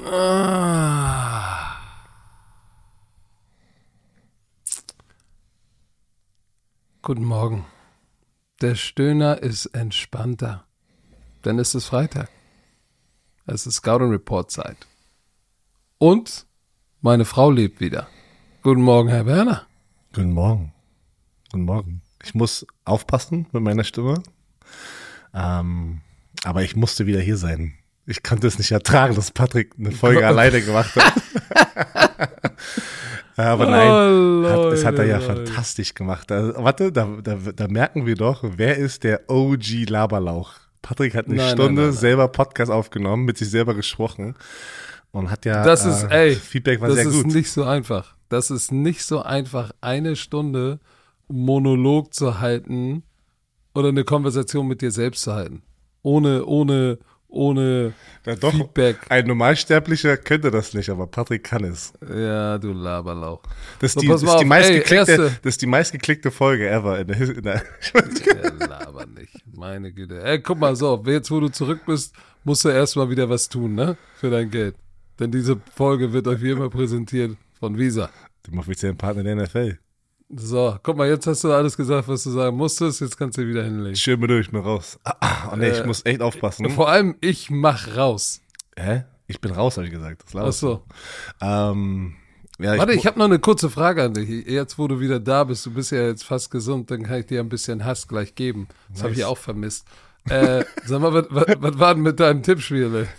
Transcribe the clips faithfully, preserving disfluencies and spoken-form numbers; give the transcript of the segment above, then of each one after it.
Ah. Guten Morgen. Der Stöhner ist entspannter, denn es ist Freitag. Es ist Scouting Report Zeit. Und meine Frau lebt wieder. Guten Morgen, Herr Werner. Guten Morgen. Guten Morgen. Ich muss aufpassen mit meiner Stimme. Ähm, aber ich musste wieder hier sein. Ich konnte es nicht ertragen, dass Patrick eine Folge alleine gemacht hat. Aber nein, oh, hat, Leute, das hat er ja Leute. fantastisch gemacht. Da, warte, da, da, da merken wir doch, wer ist der O G Laberlauch? Patrick hat eine Nein, Stunde nein, nein, nein. selber Podcast aufgenommen, mit sich selber gesprochen und hat ja, Das ist, äh, ey, Feedback war das sehr ist gut. nicht so einfach. Das ist nicht so einfach, eine Stunde Monolog zu halten oder eine Konversation mit dir selbst zu halten. Ohne, ohne, ohne Ja, doch, Feedback. ein Normalsterblicher könnte das nicht, aber Patrick kann es. Ja, du Laberlauch. Das ist So, die, pass das mal ist die auf, meistgeklickte, ey, erste- das ist die meistgeklickte Folge ever in der, His- in der Ja, laber nicht. Meine Güte. Ey, guck mal so, jetzt wo du zurück bist, musst du erstmal wieder was tun, ne? Für dein Geld. Denn diese Folge wird euch wie immer präsentiert von Visa. dem offiziellen Partner der N F L. So, guck mal, jetzt hast du alles gesagt, was du sagen musstest, jetzt kannst du wieder hinlegen. Schön mit durch, ich bin raus. Ah, ah, oh nee, ich Äh, muss echt aufpassen. Vor allem, ich mach raus. Hä? Ich bin raus, habe ich gesagt. Das Ach so. Ähm, ja, Warte, ich mu- habe noch eine kurze Frage an dich. Jetzt, wo du wieder da bist, du bist ja jetzt fast gesund, dann kann ich dir ein bisschen Hass gleich geben. Das habe ich Nice. auch vermisst. Äh, sag mal, was, was, was war denn mit deinem Tippspiel, ey?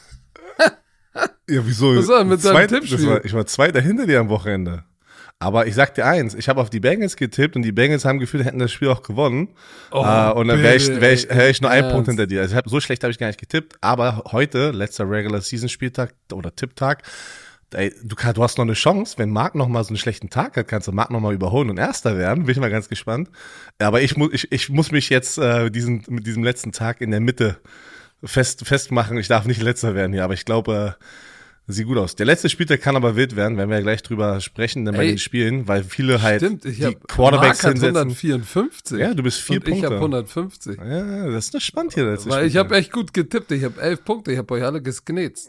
Ja, wieso? Was war denn mit deinem Zweit- Tippspiel? das war, ich war Zweiter hinter dir am Wochenende. Aber ich sag dir eins, ich habe auf die Bengals getippt und die Bengals haben gefühlt, hätten das Spiel auch gewonnen. Oh, äh, und dann wäre ich, bitte, wär ich, ey, wär ich nur einen Ernst? Punkt hinter dir. Also ich hab, so schlecht habe ich gar nicht getippt. Aber heute, letzter Regular Season Spieltag oder Tipptag, ey, du, kann- du hast noch eine Chance, wenn Marc noch mal so einen schlechten Tag hat, kannst du Marc noch mal überholen und Erster werden. Bin ich mal ganz gespannt. Aber ich muss, ich, ich muss mich jetzt äh, diesen, mit diesem letzten Tag in der Mitte fest, festmachen. Ich darf nicht Letzter werden hier, aber ich glaube, äh, sieht gut aus. Der letzte Spieltag kann aber wild werden, wenn wir ja gleich drüber sprechen, dann bei Ey, den Spielen, weil viele halt Stimmt, ich die hab, Quarterbacks Marc hat hinsetzen. hundertvierundfünfzig. Ja, du bist vier und Punkte. ich habe hundertfünfzig. Ja, das ist doch spannend hier. Das Weil ich habe echt gut getippt. Ich habe elf Punkte. Ich habe euch alle geknetzt.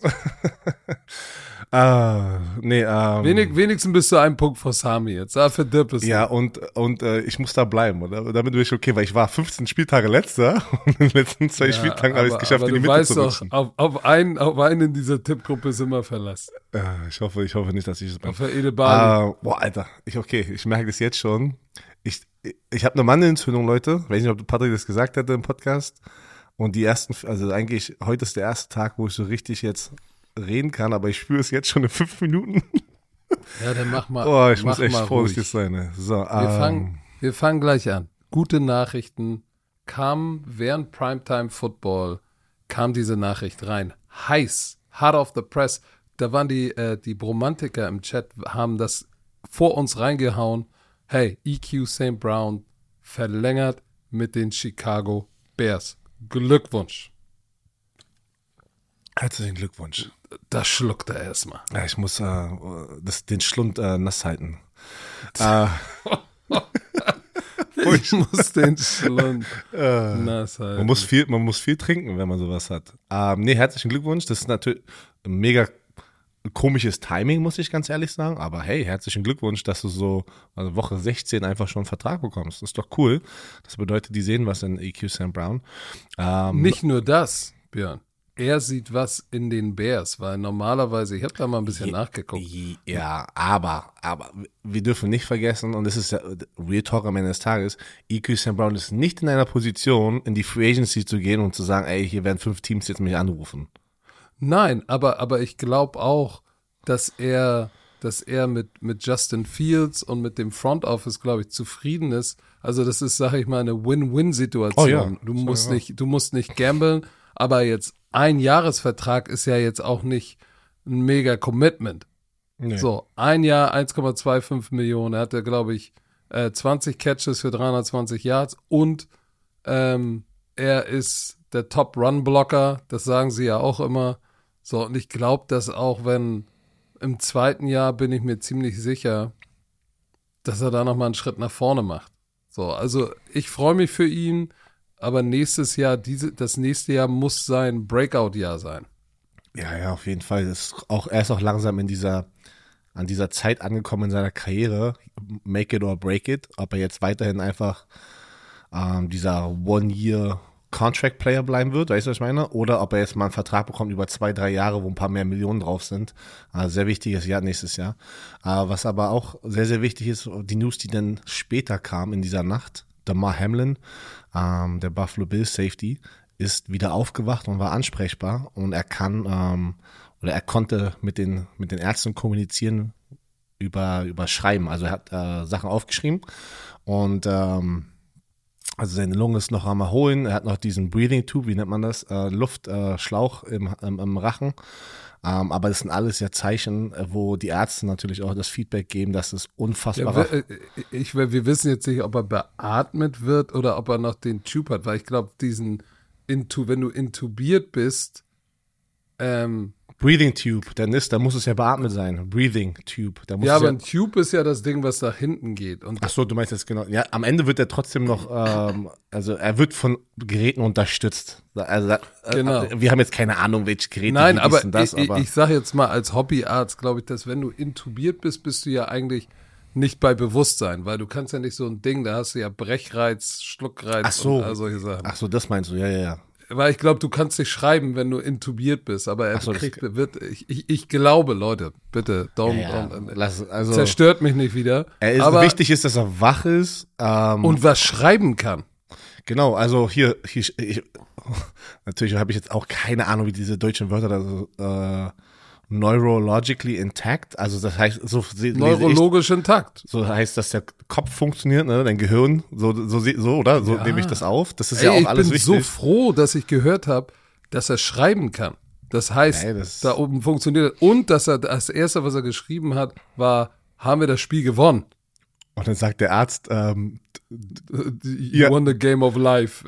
Ah, nee, ähm. Wenig, wenigstens bist du ein Punkt vor Sami jetzt. Ah, verdippest du. Ja, und, und äh, ich muss da bleiben, oder? Damit bin ich okay, weil ich war fünfzehn Spieltage letzter und in den letzten zwei Ja, Spieltagen habe ich es aber- geschafft, aber in die du Mitte weißt zu doch, rutschen. auf, auf, einen, auf einen in dieser Tippgruppe ist immer Verlass. Äh, ich hoffe, ich hoffe nicht, dass ich es bin. Auf der Edebali. Ah, boah, Alter, ich, okay, ich merke das jetzt schon. Ich, ich habe eine Mandelentzündung, Leute. Ich weiß nicht, ob Patrick das gesagt hätte im Podcast. Und die ersten, also eigentlich, heute ist der erste Tag, wo ich so richtig jetzt reden kann, aber ich spüre es jetzt schon in fünf Minuten. Ja, dann mach mal. Oh, ich mach muss echt mal vorsichtig ruhig. sein. Ne? So, Wir, ähm, fangen, wir fangen gleich an. Gute Nachrichten. Kam während Primetime Football, kam diese Nachricht rein. Heiß. Hard off the press. Da waren die, äh, die Bromantiker im Chat, haben das vor uns reingehauen. Hey, E Q Saint Brown verlängert mit den Chicago Bears. Glückwunsch. herzlichen Glückwunsch. Das schluckt er erstmal. Ja, ich muss äh, das, den Schlund äh, nass halten. äh, Ich muss den Schlund nass halten. man, muss viel, man muss viel trinken, wenn man sowas hat. Ähm, nee, herzlichen Glückwunsch. Das ist natürlich ein mega komisches Timing, muss ich ganz ehrlich sagen. Aber hey, herzlichen Glückwunsch, dass du so also Woche sechzehn einfach schon einen Vertrag bekommst. Das ist doch cool. Das bedeutet, die sehen was in E Q Saint Brown. Ähm, Nicht nur das, Björn. Er sieht was in den Bears, weil normalerweise, ich habe da mal ein bisschen nachgeguckt. Ja, aber, aber wir dürfen nicht vergessen, und das ist ja Real Talk am Ende des Tages, E Q Saint Brown ist nicht in einer Position, in die Free Agency zu gehen und zu sagen, ey, hier werden fünf Teams jetzt mich anrufen. Nein, aber, aber ich glaube auch, dass er, dass er mit, mit Justin Fields und mit dem Front Office, glaube ich, zufrieden ist. Also das ist, sage ich mal, eine Win-Win-Situation. Oh ja, du das musst war ja nicht, du musst nicht gamblen, aber jetzt ein Jahresvertrag ist ja jetzt auch nicht ein mega Commitment. Nee. So, ein Jahr, eins Komma fünfundzwanzig Millionen. Er hatte, glaube ich, äh, zwanzig Catches für dreihundertzwanzig Yards und ähm, er ist der Top-Run-Blocker. Das sagen sie ja auch immer. So, und ich glaube, dass auch wenn im zweiten Jahr bin ich mir ziemlich sicher, dass er da nochmal einen Schritt nach vorne macht. So, also ich freue mich für ihn, aber nächstes Jahr, diese, das nächste Jahr muss sein Breakout-Jahr sein. Ja, ja, auf jeden Fall. Das ist auch, er ist auch langsam in dieser, an dieser Zeit angekommen in seiner Karriere. Make it or break it. Ob er jetzt weiterhin einfach ähm, dieser One-Year-Contract-Player bleiben wird, weißt du, was ich meine? Oder ob er jetzt mal einen Vertrag bekommt über zwei, drei Jahre, wo ein paar mehr Millionen drauf sind. Also sehr wichtiges Jahr nächstes Jahr. Äh, was aber auch sehr, sehr wichtig ist, die News, die dann später kam in dieser Nacht. Damar Hamlin, ähm, der Buffalo Bills Safety, ist wieder aufgewacht und war ansprechbar und er kann ähm, oder er konnte mit den mit den Ärzten kommunizieren über über Schreiben. Also er hat äh, Sachen aufgeschrieben und ähm, also seine Lunge ist noch am Erholen. Er hat noch diesen Breathing Tube, wie nennt man das? Äh, Luftschlauch äh, im, im, im Rachen. Ähm, aber das sind alles ja Zeichen, wo die Ärzte natürlich auch das Feedback geben, dass es unfassbar ja, wir, ich, wir wissen jetzt nicht, ob er beatmet wird oder ob er noch den Tube hat, weil ich glaube, diesen Intu, wenn du intubiert bist, ähm, Breathing Tube, dann ist, da muss es ja beatmet sein. Breathing Tube. Da muss ja, es aber ja, ein Tube ist ja das Ding, was nach hinten geht. Und ach so, du meinst jetzt genau. Ja, am Ende wird er trotzdem noch, ähm, also er wird von Geräten unterstützt. Also äh, genau. Wir haben jetzt keine Ahnung, welche Geräte. Nein, aber, das, ich, aber ich sage jetzt mal als Hobbyarzt, glaube ich, dass wenn du intubiert bist, bist du ja eigentlich nicht bei Bewusstsein, weil du kannst ja nicht so ein Ding, da hast du ja Brechreiz, Schluckreiz ach so. und all solche Sachen. Ach so, das meinst du, ja, ja, ja. Weil ich glaube, du kannst nicht schreiben, wenn du intubiert bist, aber er Ach so, kriegt, wird, ich, ich, ich glaube, Leute, bitte, don't, Ja, ja. don't Lass, also, zerstört mich nicht wieder. er ist, aber, wichtig ist, dass er wach ist. Ähm, und was schreiben kann. Genau, also hier, hier ich, natürlich habe ich jetzt auch keine Ahnung, wie diese deutschen Wörter da so, äh, neurologically intact, also das heißt, so Neurologisch intakt. So heißt, dass der Kopf funktioniert, ne, dein Gehirn, so, so, so oder? So Ja. nehme ich das auf. Das ist Ey, ja auch ich alles bin wichtig. so froh, dass ich gehört habe, dass er schreiben kann. Das heißt, Ey, das- da oben funktioniert es. Und dass er das erste, was er geschrieben hat, war, haben wir das Spiel gewonnen. Und dann sagt der Arzt, ähm, You Ja. won the game of life.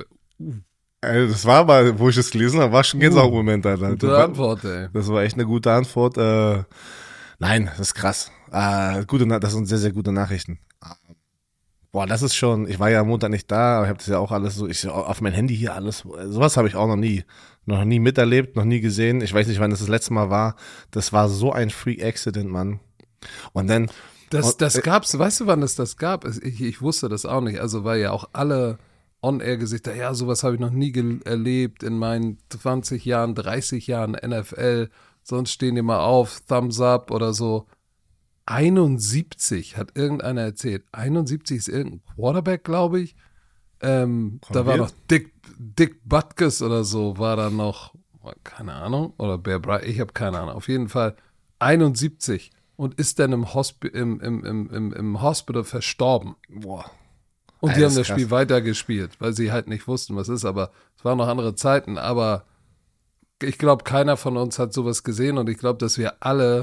äh, das war mal, wo ich das gelesen habe, war schon ein Gänsehautmoment, Alter. Gute Das war- Antwort, ey. Das war echt eine gute Antwort. Äh, nein, das ist krass. Äh, gute, Na- das sind sehr, sehr gute Nachrichten. Boah, das ist schon, ich war ja am Montag nicht da, aber ich habe das ja auch alles so, ich auf mein Handy hier alles, sowas habe ich auch noch nie, noch nie miterlebt, noch nie gesehen. Ich weiß nicht, wann das das letzte Mal war. Das war so ein Freak-Accident, Mann. Und dann, Das, und, das äh, gab's, weißt du, wann es das gab? Es- Ich, ich wusste das auch nicht. Also, weil ja auch alle On-Air-Gesichter, ja, sowas habe ich noch nie gel- erlebt in meinen zwanzig Jahren, dreißig Jahren N F L. Sonst stehen die mal auf, Thumbs up oder so. einundsiebzig hat irgendeiner erzählt. einundsiebzig ist irgendein Quarterback, glaube ich. Ähm, da war wir? noch Dick, Dick Butkus oder so, war da noch, keine Ahnung, oder Bear Bryant, ich habe keine Ahnung. Auf jeden Fall einundsiebzig und ist dann im, Hospi im, im, im, im, im Hospital verstorben. boah. Und Alter, die das haben ist das Spiel weitergespielt, weil sie halt nicht wussten, was ist. Aber es waren noch andere Zeiten. Aber ich glaube, keiner von uns hat sowas gesehen. Und ich glaube, dass wir alle,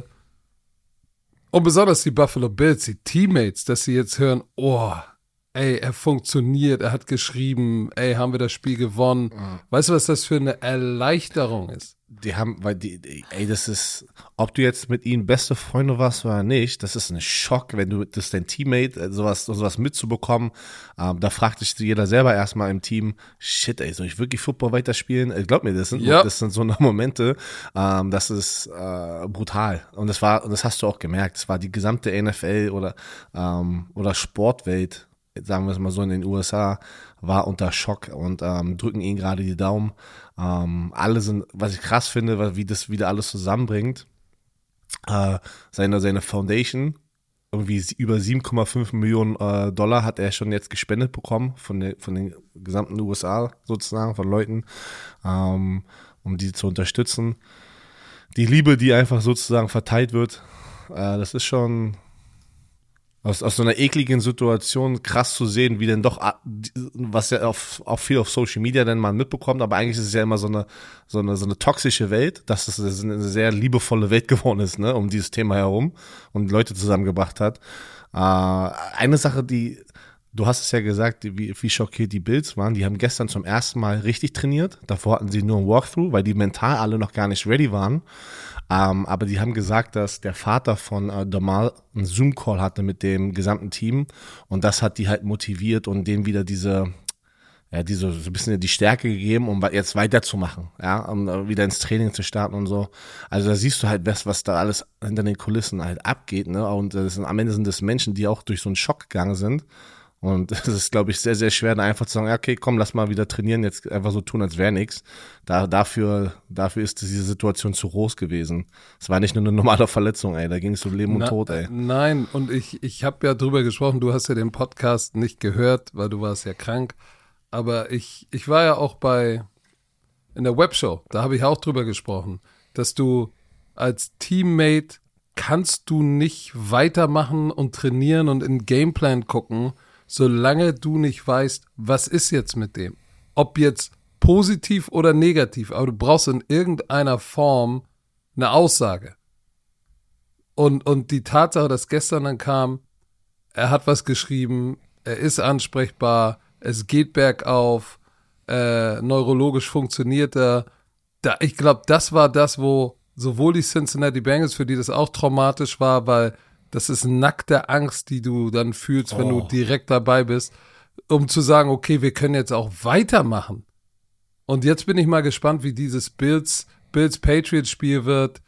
und besonders die Buffalo Bills, die Teammates, dass sie jetzt hören, oh, ey, er funktioniert, er hat geschrieben, ey, haben wir das Spiel gewonnen. Mhm. Weißt du, was das für eine Erleichterung ist? Die haben, weil die, die, ey, das ist, ob du jetzt mit ihnen beste Freunde warst oder nicht, das ist ein Schock, wenn du, das dein Teammate, äh, sowas, sowas mitzubekommen, ähm, da fragt sich jeder selber erstmal im Team, shit, ey, soll ich wirklich Football weiterspielen? Äh, glaub mir, das sind, Ja. das sind so eine Momente, ähm, das ist, äh, brutal. Und das war, und das hast du auch gemerkt, es war die gesamte N F L oder, ähm, oder Sportwelt, sagen wir es mal so in den U S A, war unter Schock und ähm, drücken ihnen gerade die Daumen. Ähm, alle sind, was ich krass finde, weil- wie das wieder alles zusammenbringt. Äh, seine, seine Foundation, irgendwie sie- über sieben Komma fünf Millionen äh, Dollar hat er schon jetzt gespendet bekommen von, der, von den gesamten U S A sozusagen, von Leuten, ähm, um die zu unterstützen. Die Liebe, die einfach sozusagen verteilt wird, äh, das ist schon aus, aus so einer ekligen Situation krass zu sehen, wie denn doch, ah, die- was ja auf, auch viel auf Social Media dann mal mitbekommt, aber eigentlich ist es ja immer so eine, so eine, so eine toxische Welt, dass es eine sehr liebevolle Welt geworden ist, ne, um dieses Thema herum und Leute zusammengebracht hat. Äh, eine Sache, die, du hast es ja gesagt, die- wie, wie schockiert die Bills waren, die haben gestern zum ersten Mal richtig trainiert, davor hatten sie nur ein Walkthrough, weil die mental alle noch gar nicht ready waren. Ähm, aber die haben gesagt, dass der Vater von äh, Damar einen Zoom-Call hatte mit dem gesamten Team und das hat die halt motiviert und denen wieder diese, ja, die so, so ein bisschen die Stärke gegeben, um jetzt weiterzumachen, ja, um wieder ins Training zu starten und so. Also da siehst du halt, was, was da alles hinter den Kulissen halt abgeht, ne? Und das sind, am Ende sind das Menschen, die auch durch so einen Schock gegangen sind. Und es ist, glaube ich, sehr, sehr schwer, da einfach zu sagen, okay, komm, lass mal wieder trainieren, jetzt einfach so tun, als wäre nichts. Da, dafür, dafür ist diese Situation zu groß gewesen. Es war nicht nur eine normale Verletzung, ey, da ging es um Leben und Na, Tod, ey. Nein, und ich, ich habe ja drüber gesprochen, du hast ja den Podcast nicht gehört, weil du warst ja krank. Aber ich, ich war ja auch bei, in der Webshow, da habe ich auch drüber gesprochen, dass du als Teammate kannst du nicht weitermachen und trainieren und in Gameplan gucken, solange du nicht weißt, was ist jetzt mit dem. Ob jetzt positiv oder negativ, aber du brauchst in irgendeiner Form eine Aussage. Und, und die Tatsache, dass gestern dann kam, er hat was geschrieben, er ist ansprechbar, es geht bergauf, äh, neurologisch funktioniert er. Da, ich glaube, das war das, wo sowohl die Cincinnati Bengals, für die das auch traumatisch war, weil das ist nackte Angst, die du dann fühlst, wenn Oh. du direkt dabei bist, um zu sagen, okay, wir können jetzt auch weitermachen. Und jetzt bin ich mal gespannt, wie dieses Bills, Bills-Patriots-Spiel wird.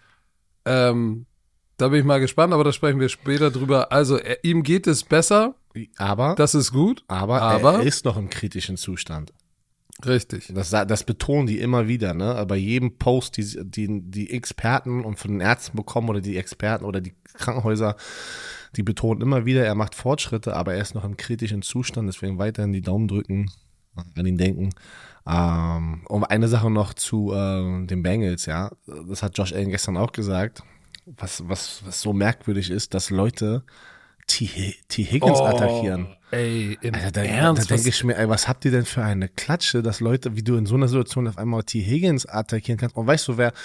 Ähm, da bin ich mal gespannt, aber da sprechen wir später drüber. Also, er, ihm geht es besser, Aber, das ist gut. aber, aber er ist noch im kritischen Zustand. Richtig. Das, das betonen die immer wieder, ne? Bei jedem Post, die, die die Experten und von den Ärzten bekommen oder die Experten oder die Krankenhäuser, die betonen immer wieder, er macht Fortschritte, aber er ist noch im kritischen Zustand, deswegen weiterhin die Daumen drücken, an ihn denken. Ähm, um eine Sache noch zu äh, den Bengals, ja, das hat Josh Allen gestern auch gesagt, was, was, was so merkwürdig ist, dass Leute T. T. Higgins attackieren. Ey, im Alter, da, Ernst? da denke ich mir, ey, was habt ihr denn für eine Klatsche, dass Leute, wie du in so einer Situation auf einmal T. Higgins attackieren kannst? Und weißt du, wer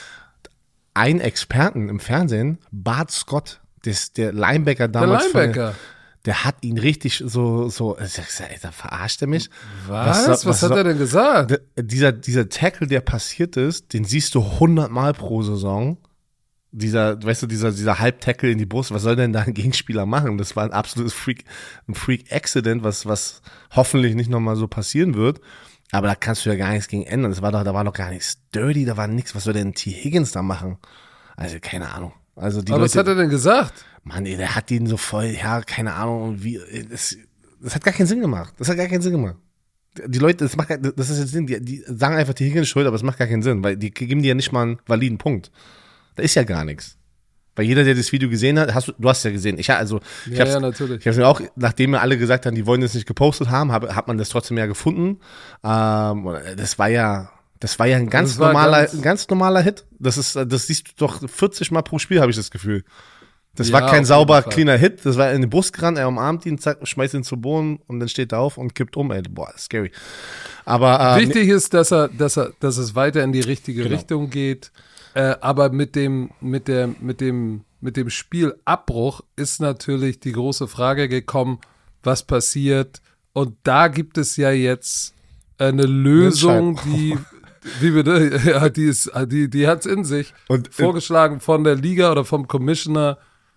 ein Experten im Fernsehen, Bart Scott, das, der Linebacker der damals, Linebacker. Von, der hat ihn richtig so, so, ich sag, ey, da verarscht er mich. Was? Was, Was, hat er denn gesagt? D- Dieser, dieser Tackle, der passiert ist, den siehst du hundertmal pro Saison. Dieser, weißt du, dieser, dieser Halbtackle in die Brust, was soll denn da ein Gegenspieler machen? Das war ein absolutes Freak, ein Freak-Accident, was, was hoffentlich nicht nochmal so passieren wird. Aber da kannst du ja gar nichts gegen ändern. Das war doch, da war doch gar nichts dirty, da war nichts. Was soll denn T. Higgins da machen? Also, keine Ahnung. Also, die Aber Leute, was hat er denn gesagt? Mann, ey, der hat ihn so voll, ja, keine Ahnung, wie, das, das hat gar keinen Sinn gemacht. Das hat gar keinen Sinn gemacht. Die Leute, das macht, das ist jetzt Sinn, die, die sagen einfach, T. Higgins schuld, aber es macht gar keinen Sinn, weil die geben dir ja nicht mal einen validen Punkt. Da ist ja gar nichts. Weil jeder, der das Video gesehen hat, hast du, du hast es ja gesehen. Ich, also, ich Ja, hab's, ja, natürlich. ich hab's mir auch, nachdem mir alle gesagt haben, die wollen das nicht gepostet haben, hab, hat man das trotzdem ja gefunden. Ähm, das war ja, das war ja ein ganz Das war normaler, ganz- ein ganz normaler Hit. Das ist, das siehst du doch vierzig Mal pro Spiel, habe ich das Gefühl. Das Ja, war auf kein jeden sauber, Fall. cleaner Hit. Das war in den Bus gerannt, er umarmt ihn, zack, schmeißt ihn zu Boden und dann steht er auf und kippt um. Ey, boah, scary. Aber, äh, Wichtig ist, dass er, dass er, dass es weiter in die richtige Genau. Richtung geht. Äh, aber mit dem, mit der, mit dem, mit dem Spielabbruch ist natürlich die große Frage gekommen, was passiert. Und da gibt es ja jetzt eine Lösung, die, wie bitte, ja, die ist, die, die hat's in sich. Und, äh, vorgeschlagen von der Liga oder vom Commissioner.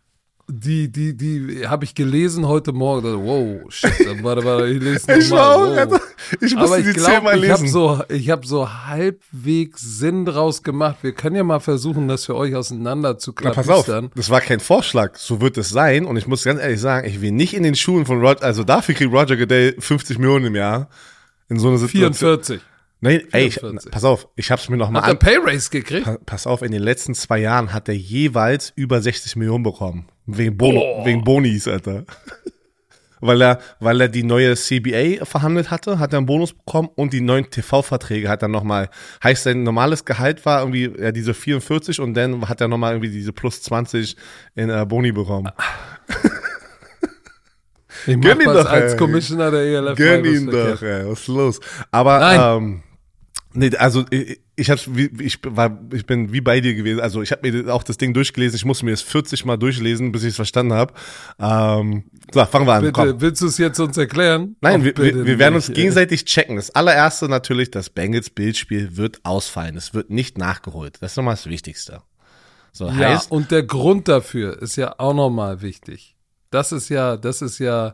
Die, die, die habe ich gelesen heute Morgen. Da, wow, shit, dann warte, warte, ich lese ich war nochmal. auch, Wow. Alter, ich musste Aber die ich glaube, zehnmal ich habe lesen. so, ich hab so halbwegs Sinn draus gemacht. Wir können ja mal versuchen, das für euch auseinander zu Na, pass auf, klabüstern. das war kein Vorschlag, so wird es sein. Und ich muss ganz ehrlich sagen, ich will nicht in den Schuhen von Roger, also dafür kriegt Roger Goodell fünfzig Millionen im Jahr in so einer Situation. vierundvierzig. Nein, ey, ich, vierundvierzig. pass auf, ich hab's mir noch mal Hat er an. Pay Raise gekriegt? Pa- Pass auf, in den letzten zwei Jahren hat er jeweils über sechzig Millionen bekommen. Wegen, Bono, Oh. wegen Bonis, Alter. Weil er, weil er die neue C B A verhandelt hatte, hat er einen Bonus bekommen und die neuen T V-Verträge hat er nochmal, heißt sein normales Gehalt war irgendwie ja, diese vierundvierzig und dann hat er nochmal irgendwie diese plus zwanzig in äh, Boni bekommen. Ich Gönn mach ihn was doch, als ey. Commissioner der E L F. Gönn ihn Freiburg. doch, ey, was ist los? Aber, Nein. ähm, nee, also ich, ich hab's, wie, ich war, ich bin wie bei dir gewesen. Also ich habe mir auch das Ding durchgelesen. Ich musste mir das vierzig Mal durchlesen, bis ich es verstanden habe. Ähm, so, fangen wir an. Bitte, Komm. willst du es jetzt uns erklären? Nein, Oh, wir, bitte wir, wir werden uns nicht, gegenseitig checken. Das allererste natürlich, das Bengals Bildspiel wird ausfallen. Es wird nicht nachgeholt. Das ist nochmal das Wichtigste. So Ja, heißt, und der Grund dafür ist ja auch nochmal wichtig. Das ist ja, das ist ja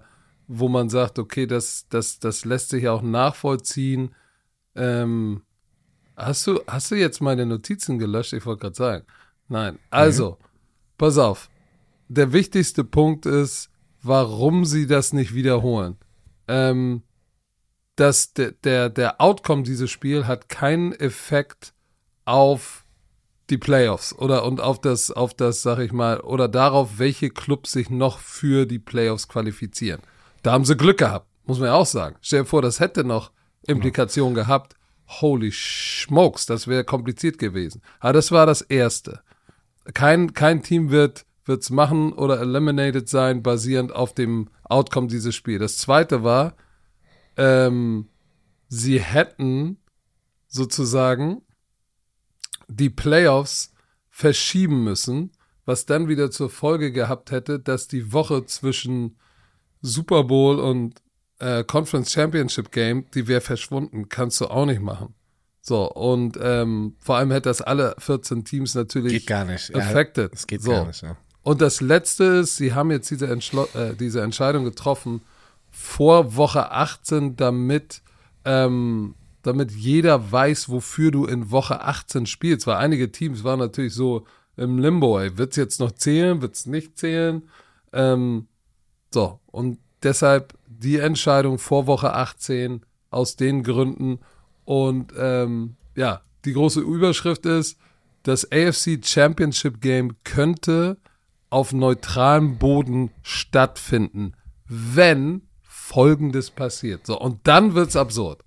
wo man sagt, okay, das, das, das lässt sich auch nachvollziehen. Ähm, hast du, hast du jetzt meine Notizen gelöscht? Ich wollte gerade sagen. Nein. Also, mhm. pass auf. Der wichtigste Punkt ist, warum sie das nicht wiederholen. Ähm, dass der, der, der Outcome dieses Spiels hat keinen Effekt auf die Playoffs oder und auf das, auf das, sag ich mal, oder darauf, welche Clubs sich noch für die Playoffs qualifizieren. Da haben sie Glück gehabt, muss man ja auch sagen. Stell dir vor, das hätte noch Implikationen ja. gehabt. Holy smokes, das wäre kompliziert gewesen. Aber das war das Erste. Kein, kein Team wird wird's machen oder eliminated sein, basierend auf dem Outcome dieses Spiels. Das Zweite war, ähm, sie hätten sozusagen die Playoffs verschieben müssen, was dann wieder zur Folge gehabt hätte, dass die Woche zwischen Super Bowl und äh, Conference Championship Game, die wäre verschwunden, kannst du auch nicht machen. So, und ähm, vor allem hätte das alle vierzehn Teams natürlich geht gar nicht. affected. Ja, es geht so. gar nicht, ja. Und das Letzte ist, sie haben jetzt diese, Entschlo- äh, diese Entscheidung getroffen vor Woche achtzehn, damit ähm, damit jeder weiß, wofür du in Woche achtzehn spielst. Weil einige Teams waren natürlich so im Limbo, ey, wird's jetzt noch zählen, wird's nicht zählen? Ähm, so, und deshalb die Entscheidung vor Woche achtzehn aus den Gründen. Und ähm, ja, die große Überschrift ist, das A F C Championship Game könnte auf neutralem Boden stattfinden, wenn Folgendes passiert. So, und dann wird's absurd.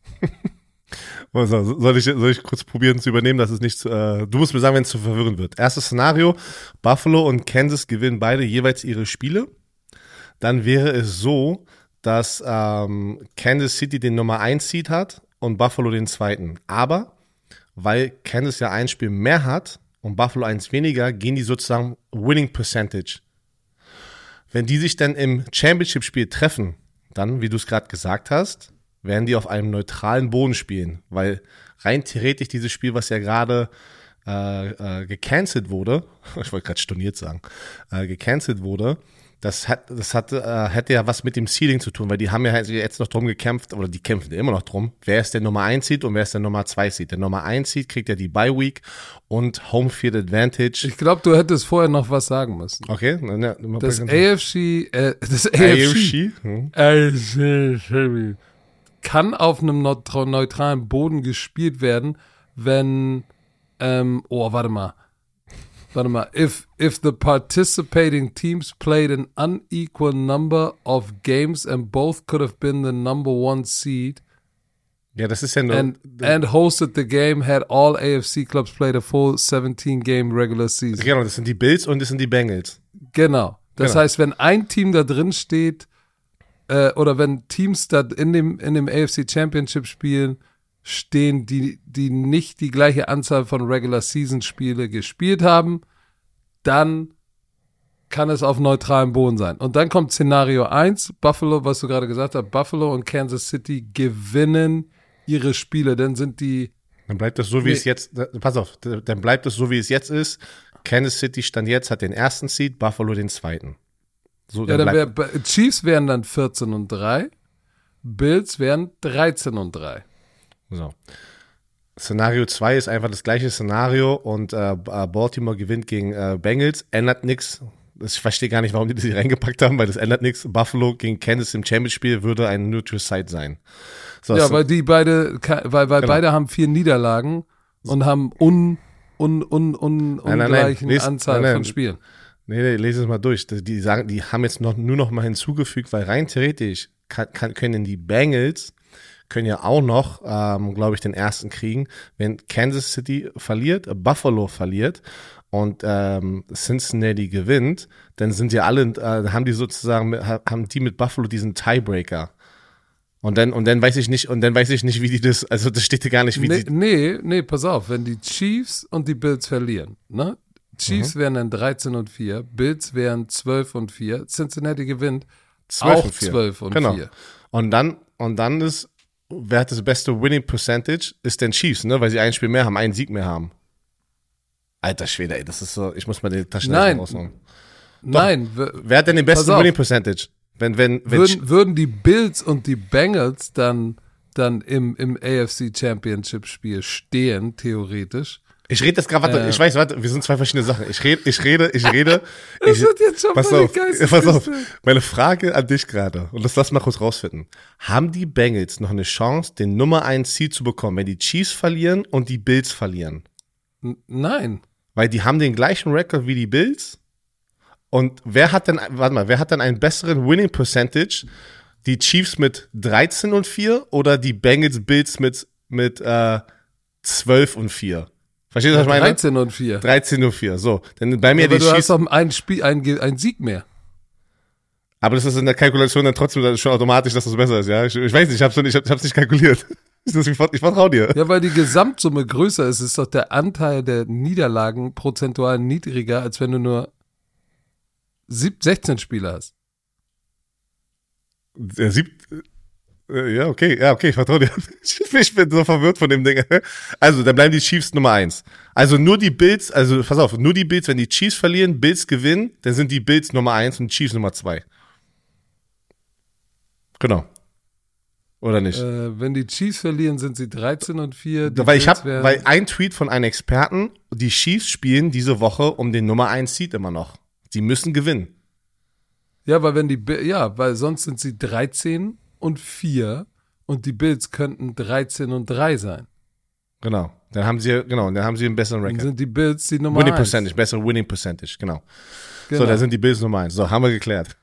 Soll ich, soll ich kurz probieren zu übernehmen, dass es nicht zu, äh, du musst mir sagen, wenn es zu verwirrend wird. Erstes Szenario, Buffalo und Kansas gewinnen beide jeweils ihre Spiele. Dann wäre es so, dass ähm, Kansas City den Nummer eins Seed hat und Buffalo den zweiten. Aber weil Kansas ja ein Spiel mehr hat und Buffalo eins weniger, gehen die sozusagen Winning Percentage. Wenn die sich dann im Championship-Spiel treffen, dann, wie du es gerade gesagt hast, werden die auf einem neutralen Boden spielen, weil rein theoretisch dieses Spiel, was ja gerade äh, äh, gecancelt wurde, ich wollte gerade storniert sagen, äh, gecancelt wurde, das hat, das hat, äh, hätte ja was mit dem Seeding zu tun, weil die haben ja jetzt noch drum gekämpft, oder die kämpfen immer noch drum, wer ist der Nummer eins Seed und wer ist der Nummer zwei Seed. Der Nummer eins Seed kriegt ja die Bye Week und Home Field Advantage. Ich glaube, du hättest vorher noch was sagen müssen. Okay. Das A F C, äh, das A F C, A F C kann auf einem neutralen Boden gespielt werden, wenn, ähm, oh, warte mal, warte mal, if, if the participating teams played an unequal number of games and both could have been the number one seed, ja, das ist ja nur, and, and hosted the game, had all A F C clubs played a full seventeen game regular season. Genau, das sind die Bills und das sind die Bengals. Genau, das genau. heißt, wenn ein Team da drin steht, Äh, oder wenn Teams da in dem, in dem A F C Championship spielen, stehen, die, die nicht die gleiche Anzahl von Regular Season Spiele gespielt haben, dann kann es auf neutralem Boden sein. Und dann kommt Szenario eins, Buffalo, was du gerade gesagt hast, Buffalo und Kansas City gewinnen ihre Spiele, dann sind die Dann bleibt es so, wie nee. es jetzt, pass auf, dann bleibt es so, wie es jetzt ist. Kansas City stand jetzt, hat den ersten Seed, Buffalo den zweiten. So, ja, dann wär, Chiefs wären dann vierzehn und drei, Bills wären dreizehn und drei. So. Szenario zwei ist einfach das gleiche Szenario und äh, Baltimore gewinnt gegen äh, Bengals, ändert nichts. Ich verstehe gar nicht, warum die das hier reingepackt haben, weil das ändert nichts. Buffalo gegen Kansas im Championship-Spiel würde ein Neutral Site sein. So, ja, so. weil die beide, weil, weil genau. beide haben vier Niederlagen und haben un, un, un, un, nein, nein, ungleichen nein. Les, Anzahl nein, nein. von Spielen. Nee, nee, lese es mal durch. Die sagen, die haben jetzt noch, nur noch mal hinzugefügt, weil rein theoretisch kann, kann, können die Bengals können ja auch noch, ähm, glaube ich, den ersten kriegen, wenn Kansas City verliert, äh, Buffalo verliert und ähm, Cincinnati gewinnt, dann sind ja alle, äh, haben die sozusagen, haben die mit Buffalo diesen Tiebreaker. Und dann, und dann weiß ich nicht, und dann weiß ich nicht, wie die das, also das steht hier gar nicht, wie nee, die. Nee, nee, pass auf, wenn die Chiefs und die Bills verlieren, ne? Chiefs mhm. wären dann dreizehn und vier, Bills wären zwölf und vier, Cincinnati gewinnt auch zwölf und genau. vier. Und dann, und dann ist, wer hat das beste Winning Percentage, ist den Chiefs, ne, weil sie ein Spiel mehr haben, einen Sieg mehr haben. Alter Schwede, ey, das ist so, ich muss mal die Taschenrechner rausholen. Nein. Wer hat denn den besten Winning Percentage? Wenn, wenn, wenn würden, würden die Bills und die Bengals dann, dann im, im A F C Championship Spiel stehen, theoretisch. Ich rede jetzt gerade, warte, Ja. ich weiß, warte, wir sind zwei verschiedene Sachen. Ich rede, ich rede, ich rede. Das ich, wird jetzt schon pass voll auf, die pass auf. Geisteskiste. Meine Frage an dich gerade, und das lass mal kurz rausfinden. Haben die Bengals noch eine Chance, den Nummer eins Seed zu bekommen, wenn die Chiefs verlieren und die Bills verlieren? N- Nein. Weil die haben den gleichen Rekord wie die Bills. Und wer hat denn, warte mal, wer hat denn einen besseren Winning Percentage? Die Chiefs mit dreizehn und vier oder die Bengals Bills mit, mit äh, zwölf und vier? Verstehst du, was ich meine? dreizehn und vier. dreizehn und vier, so. Denn bei mir Aber die du hast Chiefs. doch ein Spiel, ein, Ge- ein Sieg mehr. Aber das ist in der Kalkulation dann trotzdem dann schon automatisch, dass das besser ist, ja? Ich, ich weiß nicht, ich hab's, nicht, ich hab's nicht kalkuliert. Ich, ich vertraue dir. Ja, weil die Gesamtsumme größer ist, ist doch der Anteil der Niederlagen prozentual niedriger, als wenn du nur sieb- sechzehn Spieler hast. Der siebt. äh, Ja, okay, ja, okay, ich vertraue dir. Ich bin so verwirrt von dem Ding. Also, dann bleiben die Chiefs Nummer eins. Also nur die Bills, also pass auf, nur die Bills, wenn die Chiefs verlieren, Bills gewinnen, dann sind die Bills Nummer eins und Chiefs Nummer zwei. Genau. Oder nicht? Äh, wenn die Chiefs verlieren, sind sie dreizehn und vier. Die weil ich Bills hab, werden- weil ein Tweet von einem Experten, die Chiefs spielen diese Woche um den Nummer eins Seed immer noch. Die müssen gewinnen. Ja, weil wenn die, Bi- ja, weil sonst sind sie dreizehn und vier und die Bills könnten dreizehn und drei sein. Genau. Dann haben sie, genau, dann haben sie einen besseren Dann Record. sind die Bills die Nummer Winning eins. Percentage, bessere Winning Percentage, genau. Genau. So, da sind die Bills Nummer eins. So, haben wir geklärt.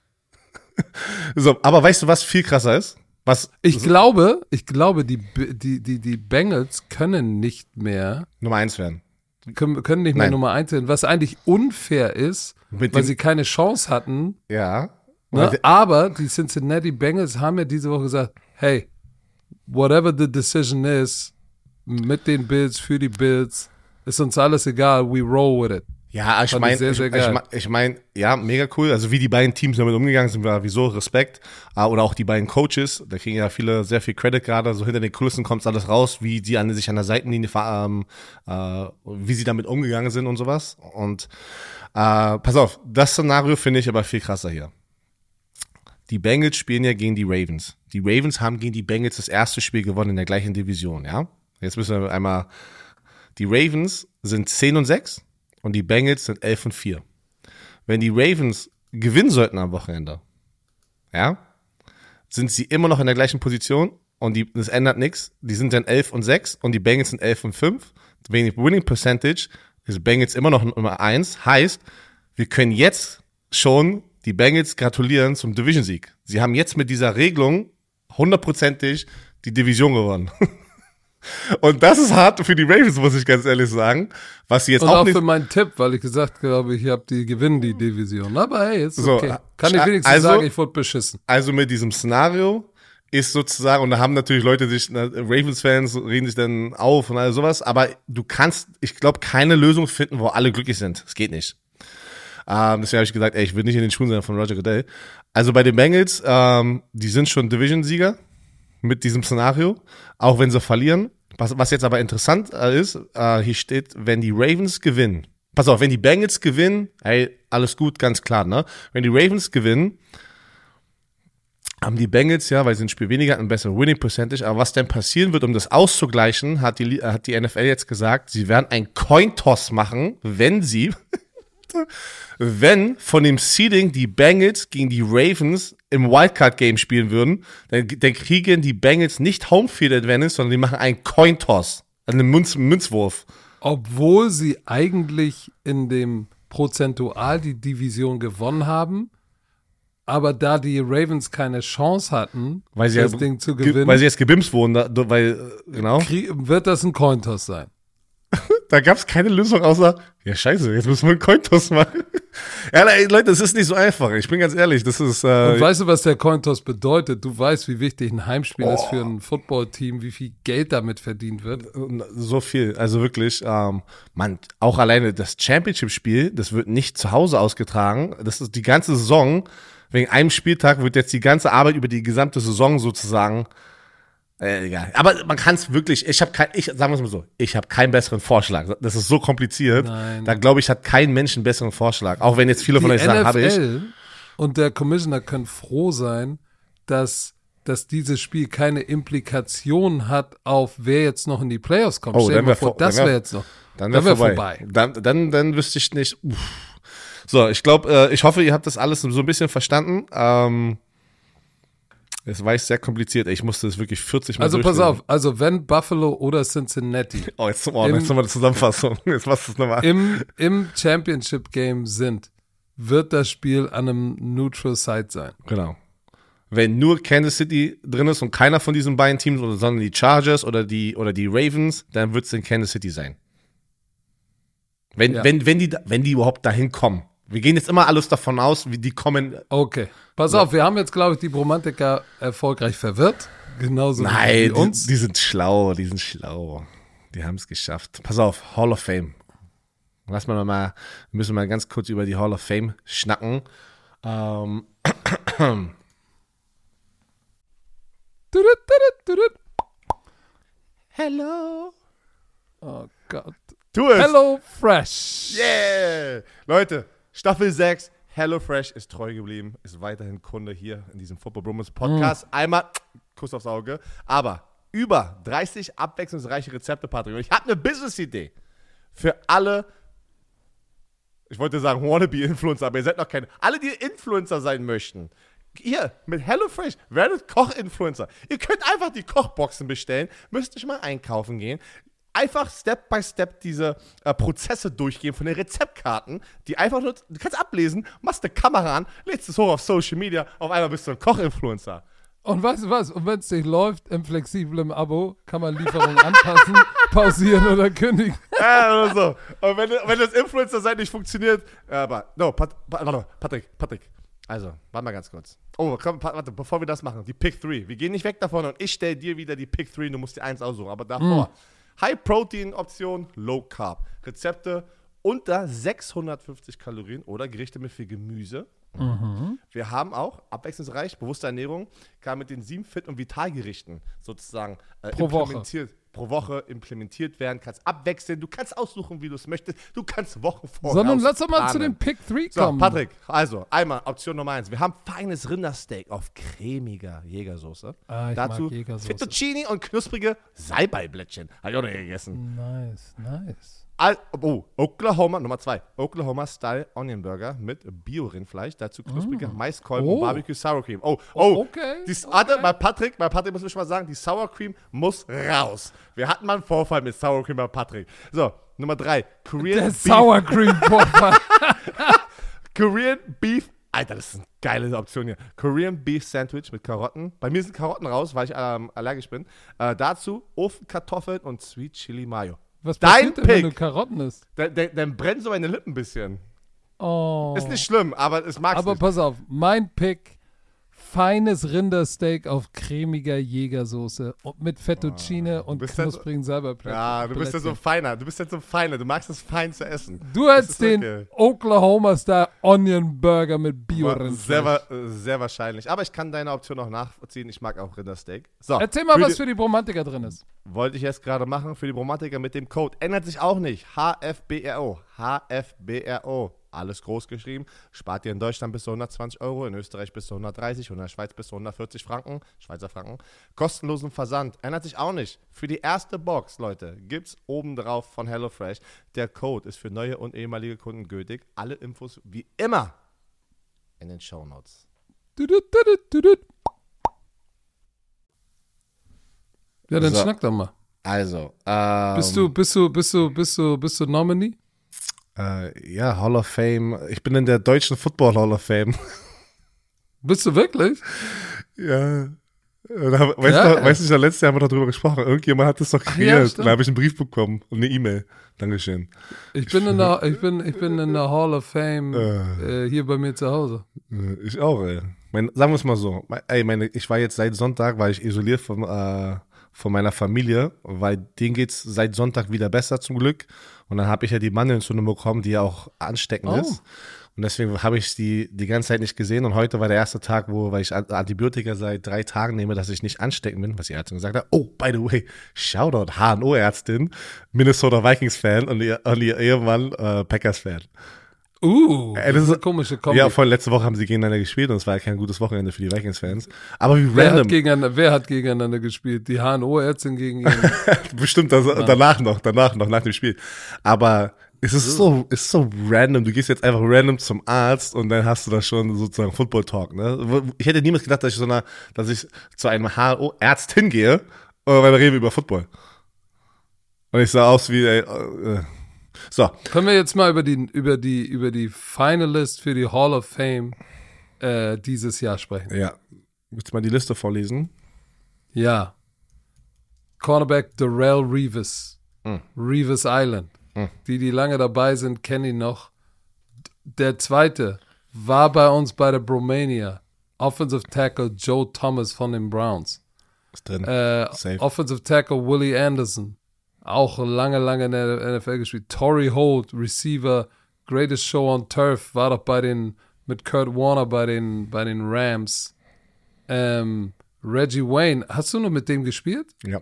So, aber weißt du, was viel krasser ist? Was Ich glaube, ich glaube, die, B- die, die, die Bengals können nicht mehr, Nummer eins werden? können, können nicht mehr Nein. Nummer eins sein, was eigentlich unfair ist, Mit weil dem- sie keine Chance hatten. Ja. Ne? Aber die Cincinnati Bengals haben ja diese Woche gesagt, hey, whatever the decision is, mit den Bills, für die Bills, ist uns alles egal, we roll with it. Ja, ich Fand ich meine, sehr, ich, sehr ich, geil. mein- ich meine, ja, mega cool. Also wie die beiden Teams damit umgegangen sind, war wieso Respekt. Ah, oder auch die beiden Coaches, da kriegen ja viele sehr viel Credit gerade. So hinter den Kulissen kommt alles raus, wie die an sich an der Seitenlinie, ver- ähm, äh, wie sie damit umgegangen sind und sowas. Und äh, pass auf, das Szenario finde ich aber viel krasser hier. Die Bengals spielen ja gegen die Ravens. Die Ravens haben gegen die Bengals das erste Spiel gewonnen in der gleichen Division, ja? Jetzt müssen wir einmal, die Ravens sind zehn und sechs und die Bengals sind elf und vier. Wenn die Ravens gewinnen sollten am Wochenende, ja, sind sie immer noch in der gleichen Position und die, das ändert nichts. Die sind dann elf und sechs und die Bengals sind elf und fünf. Winning Percentage ist Bengals immer noch Nummer eins. Heißt, wir können jetzt schon die Bengals gratulieren zum Division-Sieg. Sie haben jetzt mit dieser Regelung hundertprozentig die Division gewonnen. Und das ist hart für die Ravens, muss ich ganz ehrlich sagen. Was sie jetzt Und auch, auch nicht. für meinen Tipp, weil ich gesagt habe, ich habe die gewinnen die Division. Aber hey, ist So, okay. Kann ich wenigstens also- sagen, ich wurde beschissen. Also mit diesem Szenario ist sozusagen, und da haben natürlich Leute sich, na, Ravens-Fans reden sich dann auf und all sowas, aber du kannst, ich glaube, keine Lösung finden, wo alle glücklich sind. Es geht nicht. Ähm, deswegen habe ich gesagt, ey, ich will nicht in den Schuhen sein von Roger Goodell. Also bei den Bengals, ähm, die sind schon Division-Sieger mit diesem Szenario, auch wenn sie verlieren. Was, was jetzt aber interessant äh, ist, äh, hier steht, wenn die Ravens gewinnen. Pass auf, wenn die Bengals gewinnen, ey, alles gut, ganz klar, ne? Wenn die Ravens gewinnen, haben die Bengals ja, weil sie ein Spiel weniger hatten, ein besseres Winning Percentage. Aber was denn passieren wird, um das auszugleichen, hat die, hat die N F L jetzt gesagt, sie werden einen Cointoss machen, wenn sie, wenn von dem Seeding die Bengals gegen die Ravens im Wildcard-Game spielen würden, dann, dann kriegen die Bengals nicht Homefield Advantage, sondern die machen einen Cointoss, also einen Münz, Münzwurf. Obwohl sie eigentlich in dem prozentual die Division gewonnen haben, aber da die Ravens keine Chance hatten, Weil sie, das ja, Ding zu ge- gewinnen, weil sie jetzt gebimst wurden, da, weil, äh, genau. krie- wird das ein Cointoss sein. Da gab es keine Lösung außer, ja scheiße, jetzt müssen wir einen Cointoss machen. Ja, ey, Leute, das ist nicht so einfach. Ich bin ganz ehrlich, das ist. Äh, Und weißt du, was der Cointoss bedeutet? Du weißt, wie wichtig ein Heimspiel ist für ein Footballteam, wie viel Geld damit verdient wird. so viel, also wirklich, ähm, man, auch alleine das Championship-Spiel, das wird nicht zu Hause ausgetragen. Das ist die ganze Saison, wegen einem Spieltag wird jetzt die ganze Arbeit über die gesamte Saison sozusagen. Äh, egal. Aber man kann es wirklich, ich habe kein, ich sagen wir es mal so, ich habe keinen besseren Vorschlag. Das ist so kompliziert. Nein. Da glaube ich, hat kein Mensch einen besseren Vorschlag. Auch wenn jetzt viele von Die euch sagen, habe ich. N F L und der Commissioner können froh sein, dass, dass dieses Spiel keine Implikation hat auf wer jetzt noch in die Playoffs kommt. Oh, Stell dir mal vor, vor, das wäre jetzt noch. Dann wäre wär vorbei. vorbei. Dann, dann, dann wüsste ich nicht. Uff. So, ich glaube, äh, ich hoffe, ihr habt das alles so ein bisschen verstanden. Ähm, es war sehr kompliziert. Ich musste es wirklich vierzig Mal Also pass durchlesen. auf, also wenn Buffalo oder Cincinnati Oh, jetzt, oh, Im- jetzt nochmal eine Zusammenfassung. Jetzt machst du es nochmal. im, im Championship-Game sind, wird das Spiel an einem Neutral Site sein. Genau. Wenn nur Kansas City drin ist und keiner von diesen beiden Teams, oder sondern die Chargers oder die, oder die Ravens, dann wird es in Kansas City sein. Wenn, Ja. wenn, wenn, die, wenn die überhaupt dahin kommen. Wir gehen jetzt immer alles davon aus, wie die kommen. Okay. Pass auf, wir haben jetzt, glaube ich, die Bromantiker erfolgreich verwirrt. Genauso wie Nein, die, uns. die sind schlau, die sind schlau. Die haben es geschafft. Pass auf, Hall of Fame. Lass mal noch mal, wir müssen mal ganz kurz über die Hall of Fame schnacken. Ähm, Tudut, tudut, tudut. Hello. Oh Gott. Tu es. Hello Fresh. Yeah. Leute, Staffel sechs, HelloFresh ist treu geblieben, ist weiterhin Kunde hier in diesem Football Bromance Podcast. Mm. Einmal Kuss aufs Auge, aber über dreißig abwechslungsreiche Rezepte, Patrick. Und ich habe eine Business-Idee für alle, ich wollte sagen Wannabe-Influencer, aber ihr seid noch keine, alle, die Influencer sein möchten. Hier, mit HelloFresh, werdet Koch-Influencer. Ihr könnt einfach die Kochboxen bestellen, müsst nicht mal einkaufen gehen. Einfach Step by Step diese äh, Prozesse durchgehen von den Rezeptkarten, die einfach nur, du kannst ablesen, machst eine Kamera an, lädst es hoch auf Social Media, auf einmal bist du ein Koch-Influencer. Und weißt du was? Und wenn es nicht läuft, im flexiblen Abo kann man Lieferungen anpassen, pausieren oder kündigen. Ja, oder so. Und wenn, wenn das Influencer-Seite nicht funktioniert, ja, aber, no, Pat, Pat, warte, Patrick, Patrick. Also, warte mal ganz kurz. Oh, komm, warte, bevor wir das machen, die Pick drei. Wir gehen nicht weg davon und ich stelle dir wieder die Pick drei, du musst dir eins aussuchen. Aber davor, mm. High-Protein-Option, Low-Carb. Rezepte unter sechshundertfünfzig Kalorien oder Gerichte mit viel Gemüse. Mhm. Wir haben auch abwechslungsreich, bewusste Ernährung, kann mit den sieben Fit- und Vitalgerichten sozusagen äh, Pro implementiert, Woche. pro Woche implementiert werden. Kannst abwechseln, du kannst aussuchen, wie du es möchtest. Du kannst Wochen vorher Sondern lass doch mal planen. zu den Pick drei So, kommen. Patrick, also einmal Option Nummer eins. Wir haben feines Rindersteak auf cremiger Jägersoße. Ah, ich Dazu mag Jägersoße. Fettuccini und knusprige Salbeiblättchen. Habe ich auch noch nie gegessen. Nice, nice. Al- oh, Oklahoma, Nummer zwei. Oklahoma-Style Onion Burger mit Bio-Rindfleisch. Dazu knusprige Mm. Maiskolben Oh. und Barbecue Sour Cream. Oh, oh. Oh, okay, Die, okay. Warte, bei Patrick, bei Patrick muss ich mal sagen, die Sour Cream muss raus. Wir hatten mal einen Vorfall mit Sour Cream bei Patrick. So, Nummer drei. Korean Der Beef. Sour Cream Vorfall. Korean Beef. Alter, das ist eine geile Option hier. Korean Beef Sandwich mit Karotten. Bei mir sind Karotten raus, weil ich ähm, allergisch bin. Äh, dazu Ofenkartoffeln und Sweet Chili Mayo. Was Dein passiert denn, wenn Pick. du Karotten isst? Dann, dann, dann brennen so meine Lippen ein bisschen. Oh. Ist nicht schlimm, aber es mag's Aber nicht. pass auf, mein Pick, feines Rindersteak auf cremiger Jägersoße und mit Fettuccine und bist ja so- knusprigen Salbeiblättchen. Ja, du bist ja so feiner. Du bist ja so feiner. Du magst es fein zu essen. Du Das hättest ist den okay. Oklahoma-Style Onion Burger mit Bio-Rindfleisch. Sehr, wa- äh, sehr wahrscheinlich. Aber ich kann deine Option noch nachziehen. Ich mag auch Rindersteak. So, Erzähl mal, für was die, für die Bromantiker drin ist. wollte ich jetzt gerade machen für die Bromantiker mit dem Code. Ändert sich auch nicht. H F B R O. H F B R O. Alles groß geschrieben. Spart ihr in Deutschland bis zu hundertzwanzig Euro, in Österreich bis zu hundertdreißig und in der Schweiz bis zu hundertvierzig Franken, Schweizer Franken. Kostenlosen Versand. Ändert sich auch nicht. Für die erste Box, Leute, gibt's oben drauf von HelloFresh. Der Code ist für neue und ehemalige Kunden gültig. Alle Infos wie immer in den Shownotes. Tudut, tudut, tudut. Ja, dann So. schnack doch mal. Also, ähm, Bist du, bist du, bist du, bist du, bist du Nominee? Äh, ja, Hall of Fame. Ich bin in der deutschen Football Hall of Fame. Bist du wirklich? Ja. Da, weißt, Ja. du, weißt du, letztes Jahr haben wir darüber gesprochen. Irgendjemand hat das doch Ach ja, kreiert. stimmt. da habe ich einen Brief bekommen und eine E-Mail. Dankeschön. Ich bin in der, ich bin, ich bin in der Hall of Fame Äh. äh, hier bei mir zu Hause. Äh, Ich auch, ey. Mein, sagen wir es mal so. Ey, meine, ich war jetzt seit Sonntag, war ich isoliert von, äh, von meiner Familie, weil denen geht's seit Sonntag wieder besser zum Glück. Und dann habe ich ja die Mandelentzündung bekommen, die ja auch ansteckend Oh. ist. Und deswegen habe ich die die ganze Zeit nicht gesehen. Und heute war der erste Tag, wo, weil ich Antibiotika seit drei Tagen nehme, dass ich nicht ansteckend bin, was die Ärztin gesagt hat. Oh, by the way, Shoutout H N O-Ärztin, Minnesota Vikings-Fan und ihr, und ihr Ehemann äh, Packers-Fan. Uh, Ey, das ist eine komische Kombi. Ja, voll, letzte Woche haben sie gegeneinander gespielt und es war ja kein gutes Wochenende für die Vikings-Fans. Aber wie wer, random. hat gegeneinander, wer hat gegeneinander gespielt? Die H N O-Ärztin gegen ihn? Bestimmt das, danach noch, danach noch, nach dem Spiel. Aber es ist so, es ist so random. Du gehst jetzt einfach random zum Arzt und dann hast du da schon sozusagen Football-Talk, ne? Ich hätte niemals gedacht, dass ich so einer, dass ich zu einem H N O-Arzt hingehe, weil wir reden über Football. Und ich sah aus wie, ey, äh, so. Können wir jetzt mal über die, über die, über die Finalist für die Hall of Fame äh, dieses Jahr sprechen? Ja. Willst du mal die Liste vorlesen? Ja. Cornerback Darrell Revis. Hm. Revis Island. Hm. Die, die lange dabei sind, kennen ihn noch. Der zweite war bei uns bei der Bromania. Offensive Tackle Joe Thomas von den Browns. Ist drin. Äh, Offensive Tackle Willie Anderson. Auch lange, lange in der N F L gespielt. Torrey Holt, Receiver, Greatest Show on Turf, war doch bei den, mit Kurt Warner bei den, bei den Rams. Ähm, Reggie Wayne, hast du noch mit dem gespielt? Ja.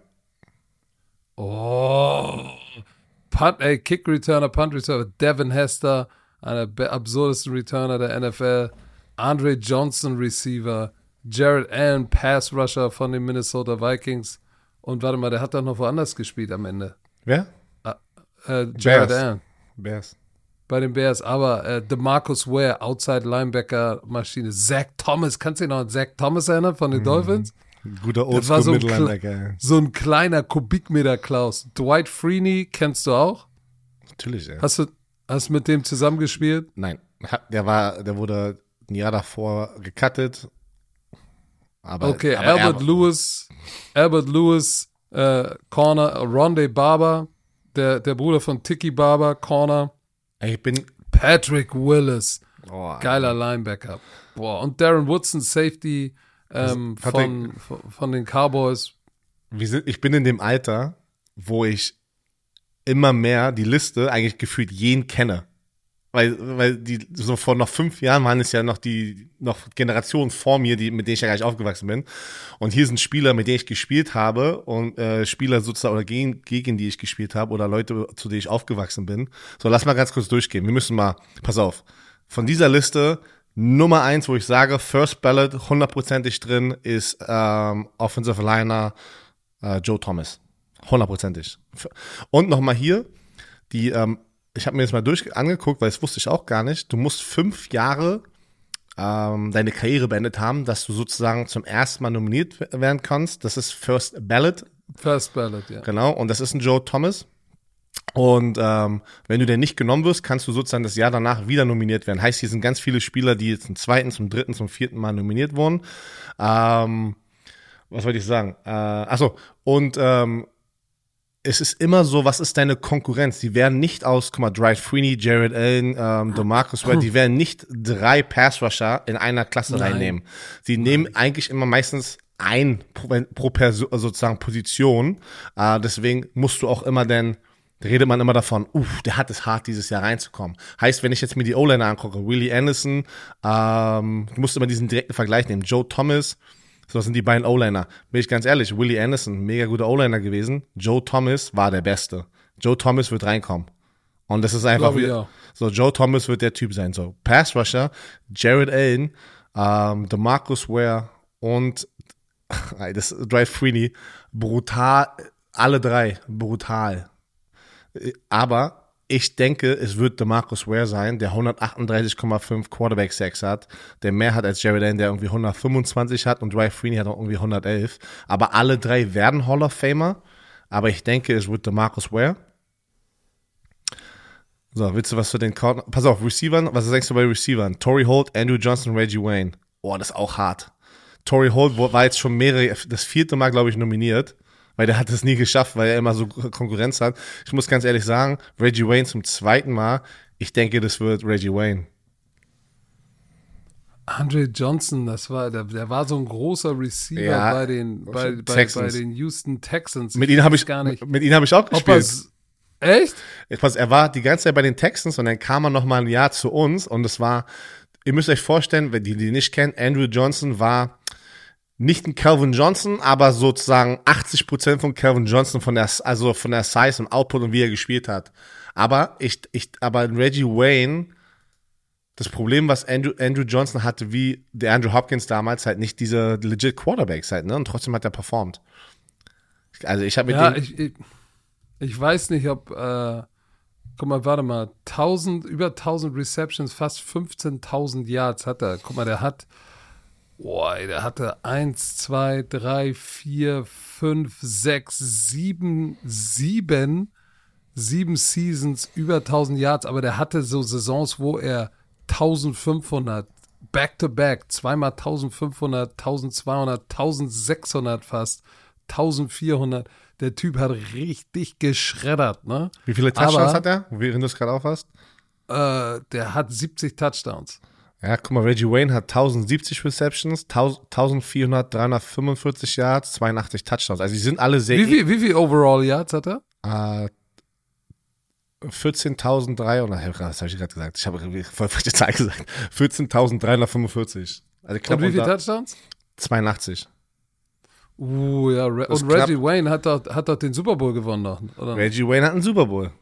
Oh. Punt, ey, Kick Returner, Punt Returner, Devin Hester, einer der absurdesten Returner der N F L. Andre Johnson, Receiver. Jared Allen, Pass Rusher von den Minnesota Vikings. Und warte mal, der hat doch noch woanders gespielt am Ende. Wer? Äh, äh, Jared Bears. Allen. Bears. Bei den Bears. Aber äh, DeMarcus Ware, Outside Linebacker Maschine. Zach Thomas, kannst du dich noch an Zach Thomas erinnern von den mhm. Dolphins? Guter Das war so ein, Oldschool-Mittellinebacker. Kle- so ein kleiner Kubikmeter Klaus. Dwight Freeney kennst du auch? Natürlich, ja. Hast du hast mit dem zusammengespielt? Nein. Der war, der wurde ein Jahr davor gecuttet. Aber, okay, aber Albert er, Lewis, Albert Lewis, äh, Corner, Rondé Barber, der, der Bruder von Tiki Barber, Corner. Ich bin Patrick Willis, oh, geiler Linebacker. Boah, und Darren Woodson, Safety ähm, von, von, von den Cowboys. Wir sind, ich bin in dem Alter, wo ich immer mehr die Liste eigentlich gefühlt jeden kenne. Weil, weil die, so vor noch fünf Jahren waren es ja noch die, noch Generationen vor mir, die, mit denen ich ja gar nicht aufgewachsen bin. Und hier sind Spieler, mit denen ich gespielt habe und, äh, Spieler sozusagen, oder gegen, gegen die ich gespielt habe oder Leute, zu denen ich aufgewachsen bin. So, lass mal ganz kurz durchgehen. Wir müssen mal, pass auf. Von dieser Liste, Nummer eins, wo ich sage, First Ballot, hundertprozentig drin, ist, ähm, Offensive Liner, äh, Joe Thomas. Hundertprozentig. Und nochmal hier, die, ähm, ich habe mir jetzt mal durch angeguckt, weil das wusste ich auch gar nicht. Du musst fünf Jahre ähm, deine Karriere beendet haben, dass du sozusagen zum ersten Mal nominiert werden kannst. Das ist First Ballot. First Ballot, ja. Genau, und das ist ein Joe Thomas. Und ähm, wenn du denn nicht genommen wirst, kannst du sozusagen das Jahr danach wieder nominiert werden. Heißt, hier sind ganz viele Spieler, die jetzt zum zweiten, zum dritten, zum vierten Mal nominiert wurden. Ähm, was wollte ich sagen? Äh, achso, und ähm, es ist immer so, was ist deine Konkurrenz? Die werden nicht aus, guck mal, Dwight Freeney, Jared Allen, ähm, DeMarcus Ware, die werden nicht drei Pass-Rusher in einer Klasse Nein. reinnehmen. Sie nehmen eigentlich immer meistens ein pro, pro Perso- sozusagen Position. Äh, deswegen musst du auch immer denn, da redet man immer davon, uff, der hat es hart, dieses Jahr reinzukommen. Heißt, wenn ich jetzt mir die O-Liner angucke, Willie Anderson, ähm, du musst immer diesen direkten Vergleich nehmen. Joe Thomas, so, das sind die beiden O-Liner. Bin ich ganz ehrlich, Willie Anderson, mega guter O-Liner gewesen. Joe Thomas war der Beste. Joe Thomas wird reinkommen. Und das ist einfach Glaube ich wie, auch. so, Joe Thomas wird der Typ sein. So, Pass Rusher, Jared Allen, ähm, DeMarcus Ware und das Dwight Freeney. Brutal, alle drei, brutal. Aber ich denke, es wird DeMarcus Ware sein, der hundertachtunddreißig Komma fünf Quarterback-Sacks hat, der mehr hat als Jared Allen, der irgendwie hundertfünfundzwanzig hat und Dwight Freeney hat auch irgendwie hundertelf. Aber alle drei werden Hall of Famer. Aber ich denke, es wird DeMarcus Ware. So, willst du was für den Corner? Pass auf, Receivern, was denkst du bei Receivern? Torrey Holt, Andrew Johnson, Reggie Wayne. Oh, das ist auch hart. Torrey Holt war jetzt schon mehrere, das vierte Mal, glaube ich, nominiert. Weil der hat es nie geschafft, weil er immer so Konkurrenz hat. Ich muss ganz ehrlich sagen, Reggie Wayne zum zweiten Mal, ich denke, das wird Reggie Wayne. Andre Johnson, das war, der, der war so ein großer Receiver Ja, bei den, bei, bei, bei den Houston Texans. Mit ihm habe ich, gar nicht, mit ihm habe ich auch ob gespielt. er's- echt? Ich weiß, er war die ganze Zeit bei den Texans und dann kam er noch mal ein Jahr zu uns und es war, ihr müsst euch vorstellen, wenn die die nicht kennen, Andrew Johnson war nicht ein Calvin Johnson, aber sozusagen achtzig Prozent von Calvin Johnson von der, also von der Size und Output und wie er gespielt hat. Aber ich, ich, aber Reggie Wayne Das Problem, was Andrew, Andrew Johnson hatte, wie der Andrew Hopkins damals, halt nicht diese legit Quarterbacks halt, ne? Und trotzdem hat er performt. Also ich habe mit ja, dem... ich, ich, ich weiß nicht, ob, äh, guck mal, warte mal, tausend, über tausend Receptions, fast fünfzehntausend Yards hat er. Guck mal, der hat, boah, der hatte eins, zwei, drei, vier, fünf, sechs, sieben, sieben, sieben Seasons, über tausend Yards, aber der hatte so Saisons, wo er eintausendfünfhundert, back-to-back, zweimal eintausendfünfhundert, eintausendzweihundert, eintausendsechshundert fast, eintausendvierhundert. Der Typ hat richtig geschreddert, ne? Wie viele Touchdowns Aber, hat er, während du es gerade aufhast? Äh, der hat siebzig Touchdowns. Ja, guck mal, Reggie Wayne hat tausendsiebzig Receptions, eintausendvierhundert, dreihundertfünfundvierzig Yards, zweiundachtzig Touchdowns. Also die sind alle sehr... Wie viel, wie viel Overall Yards hat er? Äh, vierzehntausenddreihundert, was habe ich gerade gesagt? Ich habe voll falsche Zahl gesagt. vierzehntausenddreihundertfünfundvierzig. Also knapp Und wie viele unter Touchdowns? zweiundachtzig. Uh, ja. Re Das und ist knapp. Reggie Wayne hat doch, hat doch den Super Bowl gewonnen, noch, oder? Reggie Wayne hat einen Super Bowl.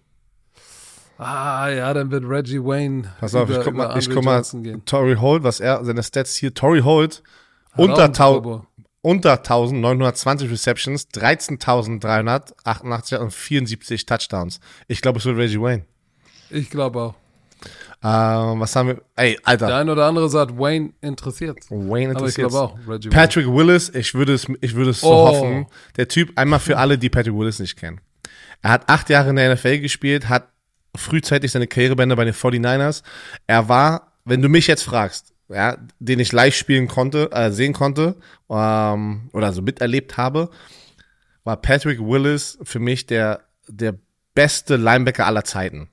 Ah, ja, dann wird Reggie Wayne Pass auf, über, ich guck über mal, ich Andre guck mal, Johnson gehen. Tory Holt, was er, seine Stats hier, Tory Holt, Hat auch unter, einen Super tau, Bowl. unter eintausendneunhundertzwanzig Receptions, dreizehntausenddreihundertachtundachtzig und vierundsiebzig Touchdowns. Ich glaube, es wird Reggie Wayne. Ich glaube auch. Ähm, was haben wir? Ey, Alter. Der eine oder andere sagt, Wayne interessiert. Wayne Aber ich interessiert. glaube auch, Reggie Wayne. Patrick Willis, ich würde es, ich würde es so Oh. hoffen. Der Typ, einmal für alle, die Patrick Willis nicht kennen. Er hat acht Jahre in der N F L gespielt, hat frühzeitig seine Karriere beendet bei den forty-niners. Er war, wenn du mich jetzt fragst, ja, den ich live spielen konnte, äh, sehen konnte, ähm, oder so miterlebt habe, war Patrick Willis für mich der, der beste Linebacker aller Zeiten.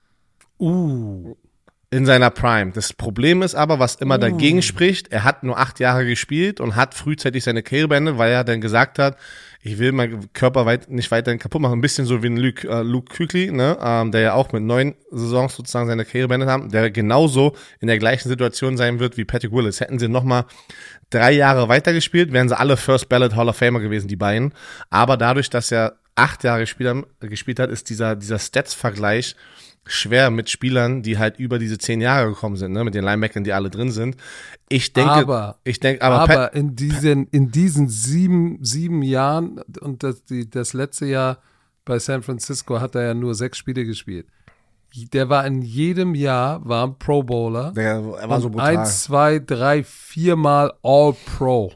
Uh. In seiner Prime. Das Problem ist aber, was immer Uh. dagegen spricht, er hat nur acht Jahre gespielt und hat frühzeitig seine Karriere beendet, weil er dann gesagt hat, ich will meinen Körper weit, nicht weiterhin kaputt machen. Ein bisschen so wie ein Luke, äh, Luke Kuechly, ne, ähm, der ja auch mit neun Saisons sozusagen seine Karriere beendet hat, der genauso in der gleichen Situation sein wird wie Patrick Willis. Hätten sie nochmal drei Jahre weitergespielt, wären sie alle First Ballot Hall of Famer gewesen, die beiden. Aber dadurch, dass er acht Jahre gespielt, gespielt hat, ist dieser, dieser Stats-Vergleich schwer mit Spielern, die halt über diese zehn Jahre gekommen sind, ne, mit den Linebackern, die alle drin sind. Ich denke, aber, ich denke, aber, aber Pat, in diesen, in diesen sieben, sieben Jahren und das, die, das letzte Jahr bei San Francisco hat er ja nur sechs Spiele gespielt. Der war in jedem Jahr, war ein Pro Bowler. der, er war so und brutal. Eins, zwei, drei, viermal All Pro.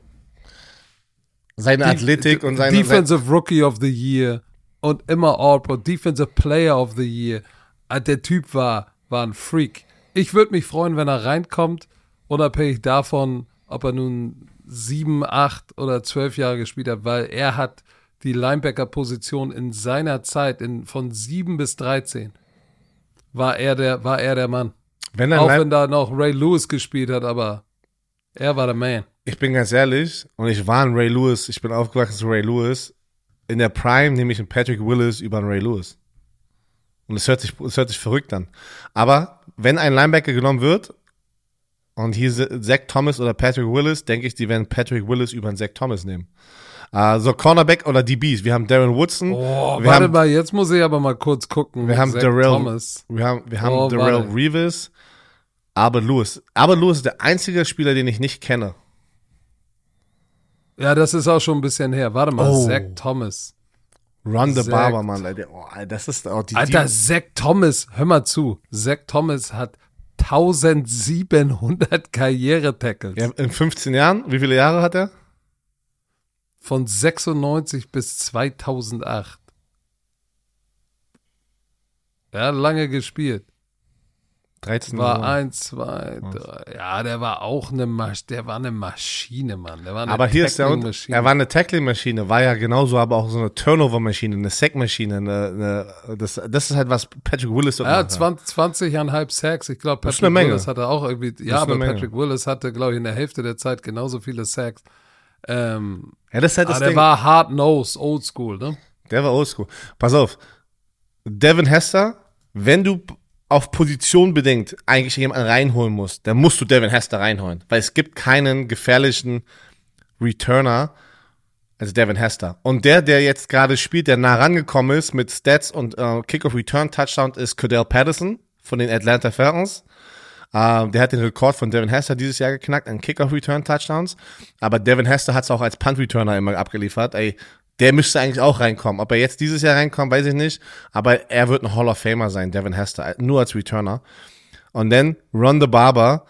Seine Athletik und seine Defensive Rookie of the Year und immer All Pro. Defensive Player of the Year. Der Typ war, war ein Freak. Ich würde mich freuen, wenn er reinkommt, unabhängig davon, ob er nun sieben, acht oder zwölf Jahre gespielt hat, weil er hat die Linebacker-Position in seiner Zeit in, von sieben bis dreizehn war er der, war er der Mann. wenn er Auch Line- wenn da noch Ray Lewis gespielt hat, aber er war der Man. Ich bin ganz ehrlich, und ich war ein Ray Lewis, ich bin aufgewachsen zu Ray Lewis. In der Prime nehme ich einen Patrick Willis über einen Ray Lewis. Und es hört sich, es hört sich verrückt an. Aber wenn ein Linebacker genommen wird, und hier Zach Thomas oder Patrick Willis, denke ich, die werden Patrick Willis über einen Zach Thomas nehmen. Uh, so Cornerback oder D Bs. Wir haben Darren Woodson. Oh, wir warte haben, mal, jetzt muss ich aber mal kurz gucken. wir haben Zach Darrell, Thomas. wir haben, wir haben Oh, Darrell warte. Reeves, Albert Lewis. Albert Lewis ist der einzige Spieler, den ich nicht kenne. Ja, das ist auch schon ein bisschen her. Warte mal, Oh. Zach Thomas. Ron the Zach- Barber, Mann. Alter. Oh, das ist oh, die, Alter, die, Zach Thomas, hör mal zu. Zach Thomas hat eintausendsiebenhundert Karriere-Tackles. ja, in fünfzehn Jahren, wie viele Jahre hat er? Von sechsundneunzig bis zweitausendacht. Er hat lange gespielt. dreizehn War Jahre. eins, zwei, drei. Ja, der war auch eine Masch der war eine Maschine, Mann. Der war eine Aber hier ist der und Tackling-Maschine. er war eine Tackling-Maschine, war ja genauso, aber auch so eine Turnover-Maschine, eine Sack-Maschine. Eine, eine, das, das ist halt, was Patrick Willis so Ja, macht. zwanzig, zwanzig Komma fünf Sacks. Ich glaube, Das ist Patrick eine Menge. Willis hatte auch irgendwie, ist ja, aber eine Menge. Patrick Willis hatte, glaube ich, in der Hälfte der Zeit genauso viele Sacks. Ähm, Ja, das ist halt aber das der Ding. war hard-nosed, oldschool, ne? Der war oldschool. Pass auf. Devin Hester, wenn du auf Position bedingt eigentlich jemanden reinholen musst, dann musst du Devin Hester reinholen. Weil es gibt keinen gefährlichen Returner als Devin Hester. Und der, der jetzt gerade spielt, der nah rangekommen ist mit Stats und äh, Kick-Off-Return-Touchdown, ist Cordell Patterson von den Atlanta Falcons. Ähm, der hat den Rekord von Devin Hester dieses Jahr geknackt an Kickoff-Return-Touchdowns. Aber Devin Hester hat es auch als Punt-Returner immer abgeliefert. Ey, der müsste eigentlich auch reinkommen. Ob er jetzt dieses Jahr reinkommt, weiß ich nicht. Aber er wird ein Hall of Famer sein, Devin Hester, nur als Returner. Und dann Ron the Barber,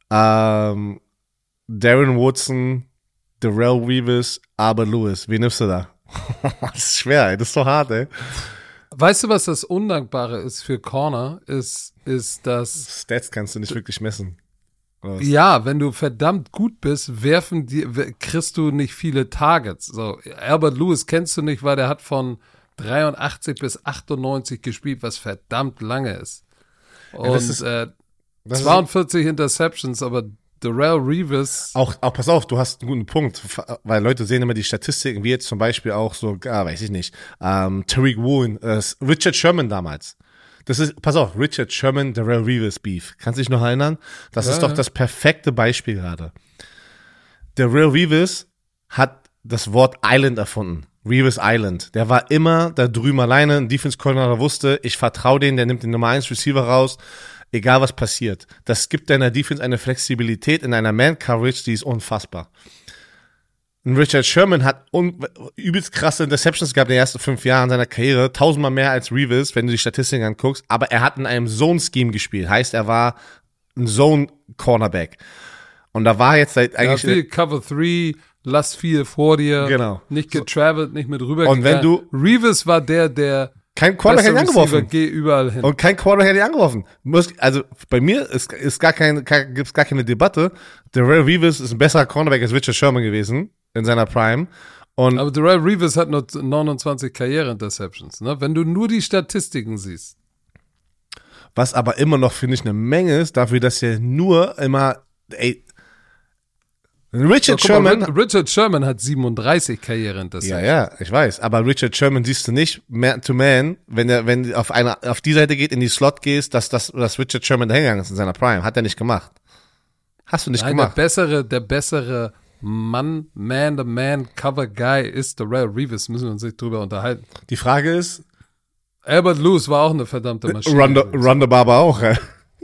ähm, Darren Woodson, Darrell Revis, Albert Lewis. Wen nimmst du da? Das ist schwer, ey. Das ist so hart, ey. Weißt du, was das Undankbare ist für Corner? Ist, ist das. Stats kannst du nicht wirklich messen. Ja, wenn du verdammt gut bist, werfen die, kriegst du nicht viele Targets. So, Albert Lewis kennst du nicht, weil der hat von dreiundachtzig bis achtundneunzig gespielt, was verdammt lange ist. Und ja, das ist, äh, das zweiundvierzig ist, Interceptions, aber Darrell Revis. Auch, auch, pass auf, du hast einen guten Punkt, weil Leute sehen immer die Statistiken, wie jetzt zum Beispiel auch so, ah, weiß ich nicht, ähm, Tariq Woolen, äh, Richard Sherman damals. Das ist, pass auf, Richard Sherman, Darrell Revis Beef. Kannst du dich noch erinnern? Das ja, ist doch ja. das perfekte Beispiel gerade. Darrell Revis hat das Wort Island erfunden. Revis Island. Der war immer da drüben alleine. Ein Defense-Coordinator wusste, ich vertraue den, der nimmt den Nummer eins Receiver raus. Egal was passiert. Das gibt deiner Defense eine Flexibilität in einer Man-Coverage, die ist unfassbar. Und Richard Sherman hat un- übelst krasse Interceptions gehabt in den ersten fünf Jahren seiner Karriere. Tausendmal mehr als Revis, wenn du die Statistiken anguckst. Aber er hat in einem Zone-Scheme gespielt. Heißt, er war ein Zone-Cornerback. Und da war jetzt seit eigentlich... Ja, viel Cover drei, lass viel vor dir. Genau. Nicht getravelt, nicht mit rüber. Und wenn du... Revis war der, der... Kein Quarterback hätte angeworfen. Geh überall hin. Und kein Quarterback hätte angeworfen. Also bei mir ist, ist gar kein, gibt's gar keine Debatte. Darrell Revis ist ein besserer Cornerback als Richard Sherman gewesen in seiner Prime. Und aber Darrell Revis hat nur neunundzwanzig Karriere-Interceptions, ne? Wenn du nur die Statistiken siehst. Was aber immer noch, finde ich, eine Menge ist, dafür, dass er nur immer, ey, Richard so, Sherman. Mal, Richard Sherman hat siebenunddreißig Karriere-Interceptions. Ja, ja, ich weiß. Aber Richard Sherman siehst du nicht man to man, wenn er, wenn auf einer, auf die Seite geht, in die Slot gehst, dass, dass, dass Richard Sherman dahingegangen ist in seiner Prime. Hat er nicht gemacht. Hast du nicht Nein, gemacht. Der bessere, der bessere Mann, Man, the Man, Cover Guy ist Darrell Revis. Müssen wir uns nicht drüber unterhalten. Die Frage ist, Albert Lewis war auch eine verdammte Maschine. Ronda Barber auch, ja.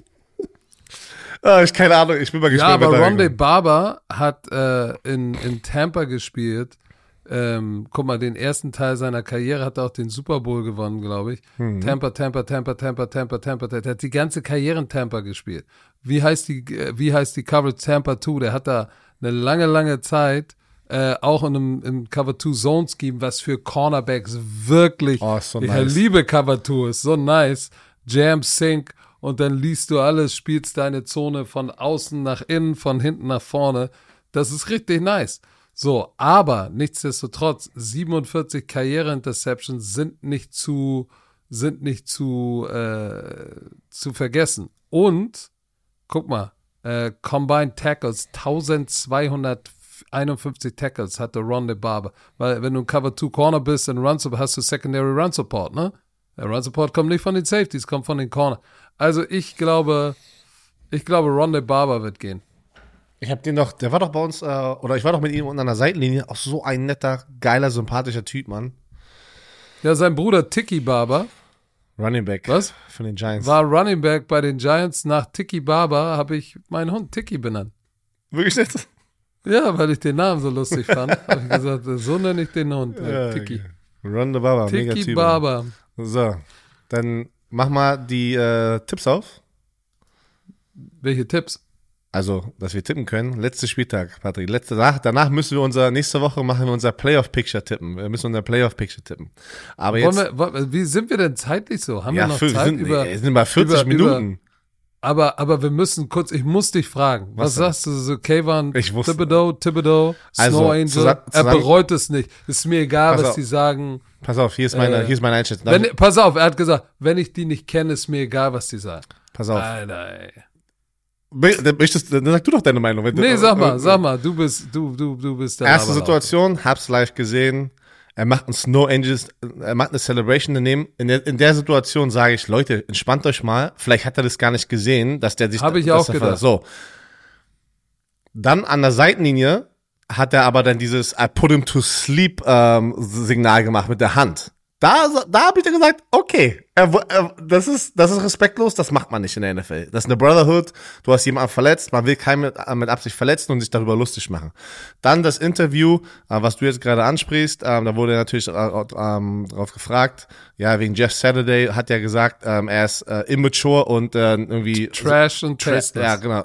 Ah, ich keine Ahnung, ich bin mal gespannt. Ja, aber Rondé Barber hat äh, in, in Tampa gespielt. Ähm, guck mal, den ersten Teil seiner Karriere hat er auch den Super Bowl gewonnen, glaube ich. Mhm. Tampa, Tampa, Tampa, Tampa, Tampa, Tampa. Der hat die ganze Karriere in Tampa gespielt. Wie heißt die, äh, wie heißt die Cover Tampa zwei? Der hat da eine lange, lange Zeit äh, auch in einem im Cover zwei Zone Scheme, was für Cornerbacks wirklich, oh, so ich nice. liebe Cover zwei, ist so nice. Jam, Sync. Und dann liest du alles, spielst deine Zone von außen nach innen, von hinten nach vorne. Das ist richtig nice. So, aber nichtsdestotrotz, siebenundvierzig Karriere-Interceptions sind nicht zu, sind nicht zu, äh, zu vergessen. Und, guck mal, äh, Combined Tackles, zwölfhunderteinundfünfzig Tackles hatte Rondé Barber. Weil wenn du ein Cover zwei Corner bist und Run Support, hast du Secondary Run Support, ne? Der Run Support kommt nicht von den Safeties, kommt von den Corner. Also ich glaube, ich glaube, Rondé Barber wird gehen. Ich habe den doch, der war doch bei uns, äh, oder ich war doch mit ihm unten an der Seitenlinie, auch so ein netter, geiler, sympathischer Typ, Mann. Ja, sein Bruder Tiki Barber. Running Back. Was? Von den Giants. War Running Back bei den Giants. Nach Tiki Barber habe ich meinen Hund Tiki benannt. Wirklich nicht? Ja, weil ich den Namen so lustig fand. Habe ich gesagt, so nenne ich den Hund. Ja, Tiki. Okay. Rondé Barber, mega Typ. Tiki Barber. So, dann mach mal die äh, Tipps auf. Welche Tipps? Also, dass wir tippen können. Letzter Spieltag, Patrick. Letzte, danach, danach müssen wir unser, nächste Woche machen wir unser Playoff-Picture tippen. Wir müssen unser Playoff-Picture tippen. Aber jetzt. Wollen wir, wie sind wir denn zeitlich so? Haben ja, wir noch für, Zeit? sind, über, nee, sind mal vierzig über, Minuten. Über, aber, aber wir müssen kurz, ich muss dich fragen. Was, was sagst du so, Kayvon, Thibodeau, Thibodeau, also, Snow Angel? Zusammen, er bereut es nicht. Ist mir egal, was die sagen. Pass auf, hier ist meine, äh, hier ist meine Einschätzung. Wenn, pass auf, er hat gesagt, wenn ich die nicht kenne, ist mir egal, was die sagen. Pass auf. Alter, ey. Möchtest, dann sag du doch deine Meinung. Wenn nee, du, sag mal, äh, sag mal, du bist, du, du, du bist der erste Laberlauf. Situation, hab's live gesehen. Er macht ein Snow Angels, er macht eine Celebration daneben. In der, in der Situation sage ich, Leute, entspannt euch mal. Vielleicht hat er das gar nicht gesehen, dass der sich. Habe ich dass auch gedacht. So. Dann an der Seitenlinie hat er aber dann dieses I put him to sleep ähm, Signal gemacht mit der Hand. Da, da habe ich dann gesagt, okay, er, er, das ist, das ist respektlos, das macht man nicht in der N F L. Das ist eine Brotherhood, du hast jemanden verletzt, man will keinen mit, mit Absicht verletzen und sich darüber lustig machen. Dann das Interview, äh, was du jetzt gerade ansprichst, ähm, da wurde er natürlich äh, ähm, drauf gefragt, ja, wegen Jeff Saturday, hat ja gesagt, ähm, er ist äh, immature und äh, irgendwie Trash so, und tra- tasteless. Ja, genau.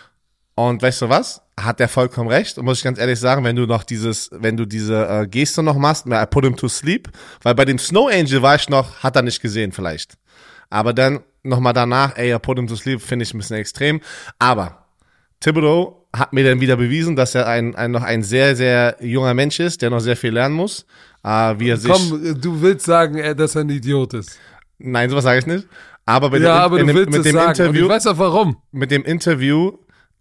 Und weißt du was? Hat der vollkommen recht. Und muss ich ganz ehrlich sagen, wenn du noch dieses, wenn du diese äh, Geste noch machst, I put him to sleep, weil bei dem Snow Angel war ich noch, hat er nicht gesehen vielleicht. Aber dann nochmal danach, ey, I put him to sleep, finde ich ein bisschen extrem. Aber Thibodeau hat mir dann wieder bewiesen, dass er ein, ein noch ein sehr, sehr junger Mensch ist, der noch sehr viel lernen muss. Äh, wie er sich. Komm, du willst sagen, äh, dass er ein Idiot ist. Nein, sowas sage ich nicht. Aber, bei Ja, dem, aber in du dem, willst mit es dem sagen. Interview, Und ich weiß auch warum. mit dem Interview,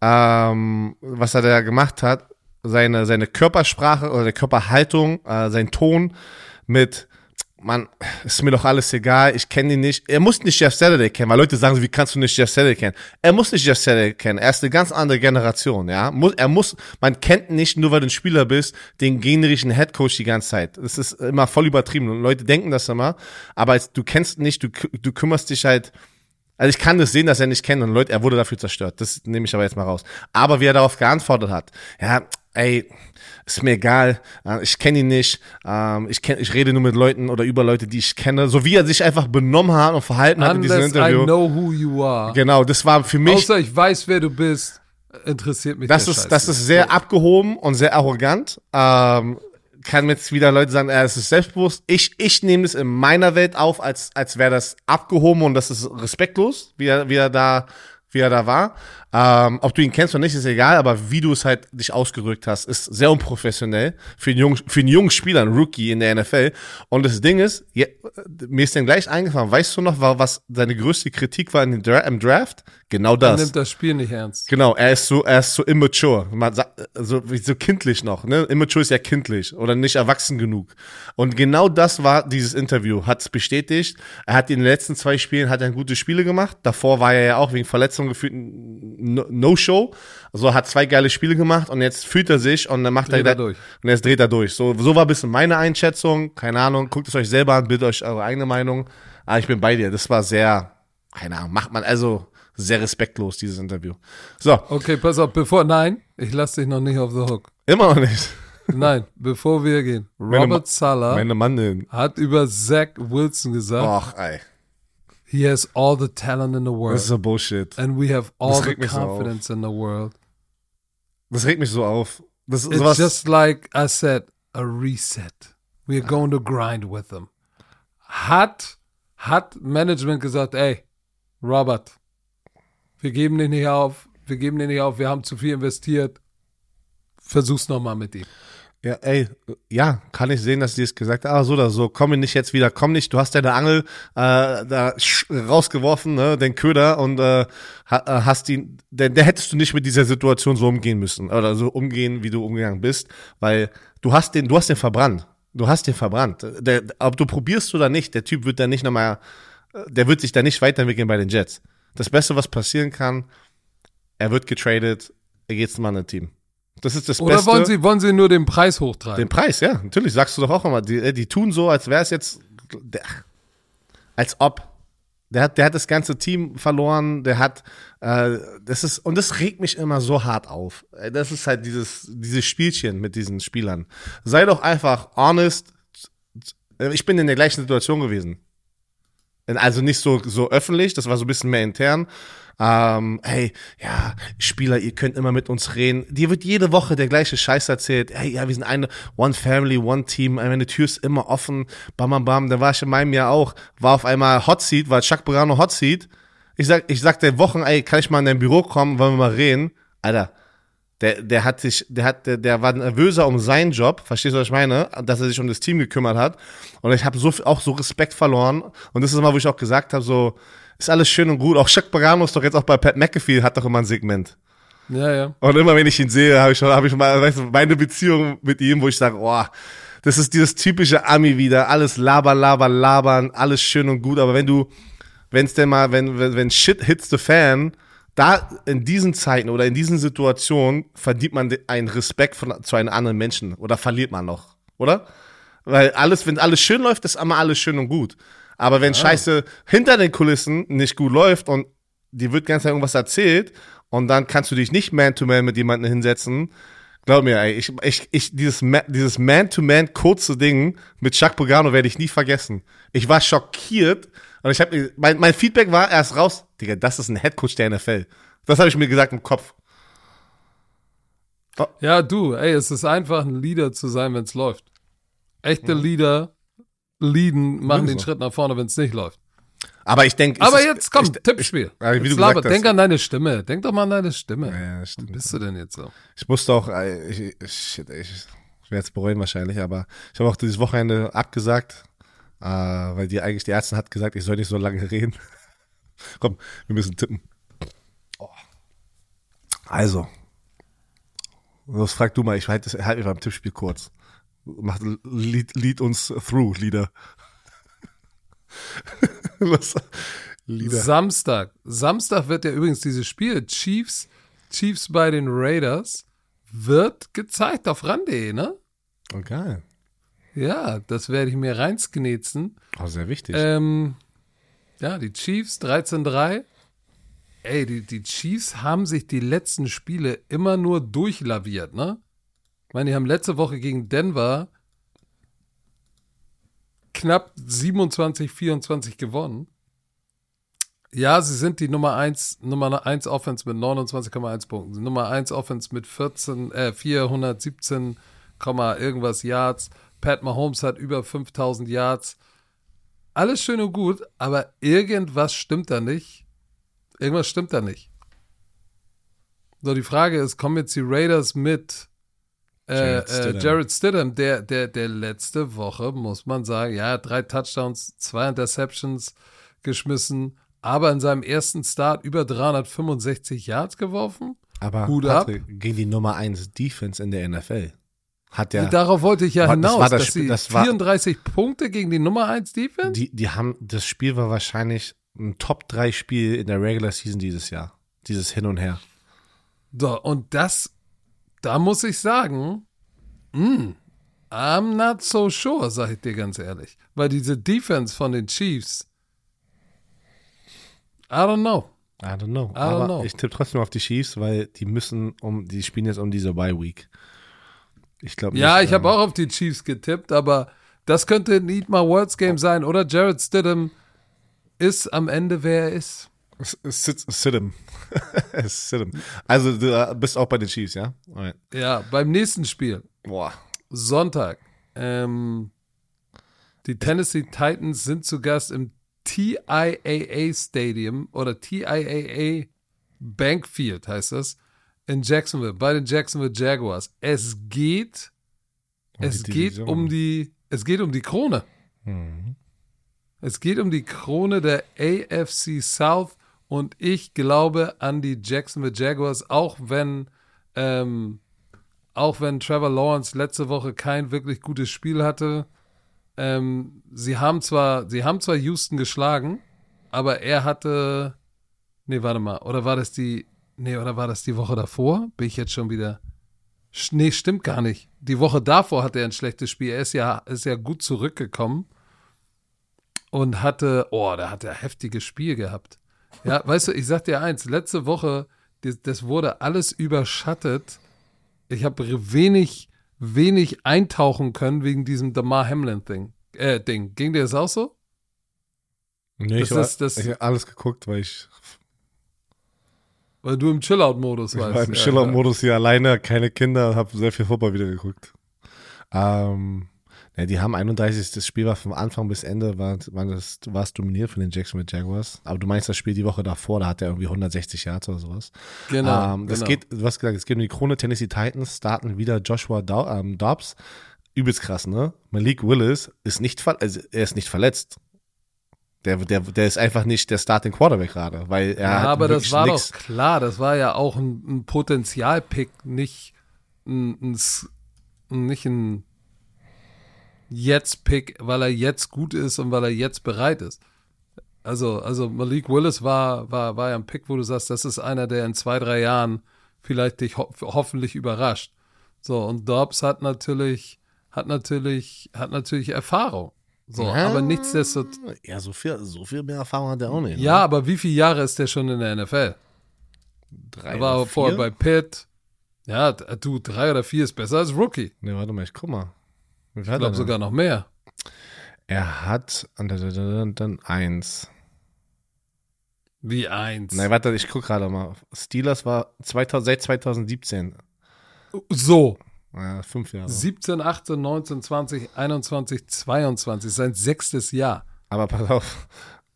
ähm, was er da gemacht hat, seine seine Körpersprache oder seine Körperhaltung, äh, sein Ton mit, man, ist mir doch alles egal, ich kenne ihn nicht. Er muss nicht Jeff Saturday kennen, weil Leute sagen so, wie kannst du nicht Jeff Saturday kennen? Er muss nicht Jeff Saturday kennen, er ist eine ganz andere Generation, ja. Muss, er muss, man kennt nicht, nur weil du ein Spieler bist, den generischen Headcoach die ganze Zeit. Das ist immer voll übertrieben und Leute denken das immer, aber als, du kennst nicht, du, du kümmerst dich halt. Also ich kann das sehen, dass er nicht kennt und Leute, er wurde dafür zerstört. Das nehme ich aber jetzt mal raus. Aber wie er darauf geantwortet hat, ja, ey, ist mir egal, ich kenne ihn nicht, ich kenn, ich rede nur mit Leuten oder über Leute, die ich kenne. So wie er sich einfach benommen hat und verhalten hat in diesem Unless Interview. I know who you are. Genau, das war für mich. Außer ich weiß, wer du bist, interessiert mich Das der ist, Scheiß das nicht. ist sehr So. abgehoben und sehr arrogant. Ähm, kann jetzt wieder Leute sagen, er ist selbstbewusst. Ich, ich nehme es in meiner Welt auf, als, als wäre das abgehoben und das ist respektlos, wie er, wie er da, wie er da war. Ähm, ob du ihn kennst oder nicht, ist egal, aber wie du es halt dich ausgedrückt hast, ist sehr unprofessionell für einen jungen, für einen jungen Spieler, einen Rookie in der N F L. Und das Ding ist, je, mir ist dann gleich eingefallen, weißt du noch, was seine größte Kritik war in den Dra- im Draft? Genau Er das. nimmt das Spiel nicht ernst. Genau, er ist so, er ist so immature, man sagt, so, so kindlich noch, ne? Immature ist ja kindlich oder nicht erwachsen genug. Und genau das war dieses Interview, hat's bestätigt. Er hat in den letzten zwei Spielen hat er gute Spiele gemacht. Davor war er ja auch wegen Verletzungen gefühlt ein No-Show. Also hat zwei geile Spiele gemacht und jetzt fühlt er sich und dann macht Dreht er, er durch. und jetzt dreht er durch. So, so war ein bisschen meine Einschätzung. Keine Ahnung, guckt es euch selber an, bildet euch eure eigene Meinung. Aber ich bin bei dir. Das war sehr, keine Ahnung, macht man also sehr respektlos, dieses Interview. So, Okay, pass auf, bevor, nein, ich lasse dich noch nicht auf the hook. immer noch nicht. Nein, bevor wir gehen. Meine Ma- Robert Saleh Meine Mandeln. hat über Zach Wilson gesagt, Och, ey. he has all the talent in the Das ist world. so Bullshit. And we have all Das the regt mich so confidence in the world. Das regt mich so auf. Das ist It's sowas. just like I said, a reset. We are going to grind with them. Hat, hat Management gesagt, ey, Robert, wir geben den nicht auf, wir geben den nicht auf, wir haben zu viel investiert. Versuch's nochmal mit ihm. Ja, ey, ja, kann ich sehen, dass die es gesagt haben, ah, so oder so, komm nicht jetzt wieder, komm nicht, du hast deine Angel äh, da sch- rausgeworfen, ne, den Köder und äh, ha, hast ihn, der, der hättest du nicht mit dieser Situation so umgehen müssen oder so umgehen, wie du umgegangen bist, weil du hast den, du hast den verbrannt, du hast den verbrannt. Der, ob du probierst oder nicht, der Typ wird da nicht nochmal, der wird sich da nicht weiterentwickeln bei den Jets. Das Beste, was passieren kann, er wird getradet, er geht zum anderen Team. Das ist das Oder Beste. wollen sie, wollen sie nur den Preis hochtreiben? Den Preis, ja, natürlich, sagst du doch auch immer. Die, die tun so, als wäre es jetzt, der, als ob. Der hat, der hat das ganze Team verloren, der hat, äh, das ist, und das regt mich immer so hart auf. Das ist halt dieses, dieses Spielchen mit diesen Spielern. Sei doch einfach honest. Ich bin in der gleichen Situation gewesen. Also nicht so, so öffentlich, das war so ein bisschen mehr intern. Ähm, hey, ja, Spieler, ihr könnt immer mit uns reden. Dir wird jede Woche der gleiche Scheiß erzählt. Hey, ja, wir sind eine One Family, One Team. Meine Tür ist immer offen. Bam, bam, bam. Da war ich in meinem Jahr auch. War auf einmal Hot Seat, war Chuck Brano Hot Seat. Ich sag, ich sag der Wochen, ey, kann ich mal in dein Büro kommen, wollen wir mal reden? Alter, der, der hat sich, der hat, der, der war nervöser um seinen Job. Verstehst du, was ich meine? Dass er sich um das Team gekümmert hat. Und ich habe so auch so Respekt verloren. Und das ist immer, wo ich auch gesagt habe, so, ist alles schön und gut. Auch Chuck Pagano ist doch jetzt auch bei Pat McAfee, hat doch immer ein Segment. Ja, ja. Und immer, wenn ich ihn sehe, habe ich schon, habe ich mal, weißt du, meine Beziehung mit ihm, wo ich sage, oh, das ist dieses typische Ami wieder. Alles labern, labern, labern, alles schön und gut. Aber wenn du, wenn es denn mal, wenn, wenn, wenn Shit hits the fan, da in diesen Zeiten oder in diesen Situationen verdient man einen Respekt von, zu einem anderen Menschen oder verliert man noch, oder? Weil alles, wenn alles schön läuft, ist immer alles schön und gut. Aber wenn ja. Scheiße hinter den Kulissen nicht gut läuft und dir wird ganz irgendwas erzählt und dann kannst du dich nicht Man-to-Man mit jemandem hinsetzen, glaub mir, ey, ich, ich, ich, dieses, Ma- dieses Man-to-Man kurze Ding mit Chuck Pagano werde ich nie vergessen. Ich war schockiert und ich habe mein, mein Feedback war erst raus, Digga, das ist ein Headcoach der N F L. Das habe ich mir gesagt im Kopf. Oh. Ja, du, ey, es ist einfach ein Leader zu sein, wenn es läuft. Echte mhm. Leader leaden, machen den so. Schritt nach vorne, wenn es nicht läuft. Aber ich denke, aber jetzt komm, ich, Tippspiel. Ich, wie jetzt du gesagt hast, denk an deine Stimme. Denk doch mal an deine Stimme. Ja, stimmt. Wo bist du denn jetzt so? Ich musste auch, ich, ich, shit, ich, ich werde es bereuen wahrscheinlich, aber ich habe auch dieses Wochenende abgesagt, äh, weil die eigentlich die Ärztin hat gesagt, ich soll nicht so lange reden. Komm, wir müssen tippen. Oh. Also, was frag du mal? Ich halte halt mich beim Tippspiel kurz. Mach, lead, lead uns through, Leader. Was? Lieder. Samstag. Samstag wird ja übrigens dieses Spiel Chiefs, Chiefs bei den Raiders wird gezeigt auf ran punkt de, ne? Oh, geil. Ja, das werde ich mir reinsknetzen. Oh, sehr wichtig. Ähm, ja, die Chiefs dreizehn drei. Ey, die, die Chiefs haben sich die letzten Spiele immer nur durchlaviert, ne? Ich meine, die haben letzte Woche gegen Denver knapp siebenundzwanzig vierundzwanzig gewonnen. Ja, sie sind die Nummer eins, Nummer eins Offense mit neunundzwanzig Komma eins Punkten. Sie Nummer eins Offense mit vierzehn, äh, vierhundertsiebzehn, irgendwas Yards. Pat Mahomes hat über fünftausend Yards. Alles schön und gut, aber irgendwas stimmt da nicht. Irgendwas stimmt da nicht. So, die Frage ist, kommen jetzt die Raiders mit Äh, Jared Stidham, äh, Jared Stidham der, der, der letzte Woche, muss man sagen, ja, drei Touchdowns, zwei Interceptions geschmissen, aber in seinem ersten Start über dreihundertfünfundsechzig Yards geworfen. Aber Hut Patrick, ab. Gegen die Nummer eins Defense in der N F L. Hat der, Darauf wollte ich ja war, hinaus, das das dass Spiel, sie das war, vierunddreißig Punkte gegen die Nummer eins Defense? Die, die haben, das Spiel war wahrscheinlich ein Top drei Spiel in der Regular Season dieses Jahr. Dieses Hin und Her. So, und das, da muss ich sagen, mm, I'm not so sure, sag ich dir ganz ehrlich. Weil diese Defense von den Chiefs, I don't know. I don't know. I Aber don't know. ich tippe trotzdem auf die Chiefs, weil die müssen um, die spielen jetzt um diese Bye Week. Ich glaube Ja, nicht, ich habe ähm, auch auf die Chiefs getippt, aber das könnte ein Eat My Words Game sein. Oder Jared Stidham ist am Ende, wer er ist. Stidham. Stidham. Also du bist auch bei den Chiefs, ja? Alright. Ja, beim nächsten Spiel. Boah. Sonntag. Ähm, die Tennessee Titans sind zu Gast im T I A A Stadium oder T I A A Bankfield heißt das, in Jacksonville, bei den Jacksonville Jaguars. Es geht, um es geht um die, es geht um die Krone. Mhm. Es geht um die Krone der A F C South und ich glaube an die Jacksonville Jaguars, auch wenn, ähm, auch wenn Trevor Lawrence letzte Woche kein wirklich gutes Spiel hatte. Ähm, sie haben zwar, sie haben zwar Houston geschlagen, aber er hatte, nee, warte mal, oder war das die, nee, oder war das die Woche davor? Bin ich jetzt schon wieder, nee, stimmt gar nicht. Die Woche davor hatte er ein schlechtes Spiel, er ist ja, ist ja gut zurückgekommen und hatte, oh, da hat er ein heftiges Spiel gehabt. Ja, weißt du, ich sag dir eins, letzte Woche, das, das wurde alles überschattet. Ich habe wenig, wenig eintauchen können wegen diesem Damar Hamlin-Ding. Äh, Ding. Ging dir das auch so? Nee, das ich, war, ist, das, ich habe alles geguckt, weil ich weil du im Chill-Out-Modus ich warst. war im ja, Chill-Out-Modus hier alleine, keine Kinder, habe sehr viel Fußball wieder geguckt. Ähm, ja, die haben einunddreißig, das Spiel war vom Anfang bis Ende, war, war, das, war es dominiert von den Jacksonville Jaguars. Aber du meinst das Spiel die Woche davor, da hat er irgendwie hundertsechzig Yards oder sowas. Genau, ähm, das genau. geht, du hast gesagt, es geht um die Krone. Tennessee Titans starten wieder Joshua Dau- ähm, Dobbs. Übelst krass, ne? Malik Willis ist nicht, ver- also er ist nicht verletzt. Der, der, der ist einfach nicht der Starting Quarterback gerade, weil er Ja, hat aber das wirklich war nix. doch klar, das war ja auch ein, ein Potenzial-Pick, nicht ein, ein, S- nicht ein Jetzt-Pick, weil er jetzt gut ist und weil er jetzt bereit ist. Also, also Malik Willis war, war, war ja ein Pick, wo du sagst, das ist einer, der in zwei, drei Jahren vielleicht dich ho- hoffentlich überrascht. So, und Dobbs hat natürlich, hat natürlich, hat natürlich Erfahrung. So, ja, aber nichtsdestotrotz. Ja, so viel, so viel mehr Erfahrung hat er auch nicht. Ja, ne? aber wie viele Jahre ist der schon in der N F L? Drei Er war oder vorher vier? bei Pitt. Ja, du, drei oder vier ist besser als Rookie. Ne, warte mal, ich guck mal. Wie viel Ich hat er glaube denn? sogar noch mehr. Er hat dann, dann eins. Wie eins. Nein, warte, ich guck gerade mal. Steelers war zweitausend, seit zweitausendsiebzehn. So, Ja, fünf Jahre. siebzehn, achtzehn, neunzehn, zwanzig, einundzwanzig, zweiundzwanzig, sein sechstes Jahr. Aber pass auf,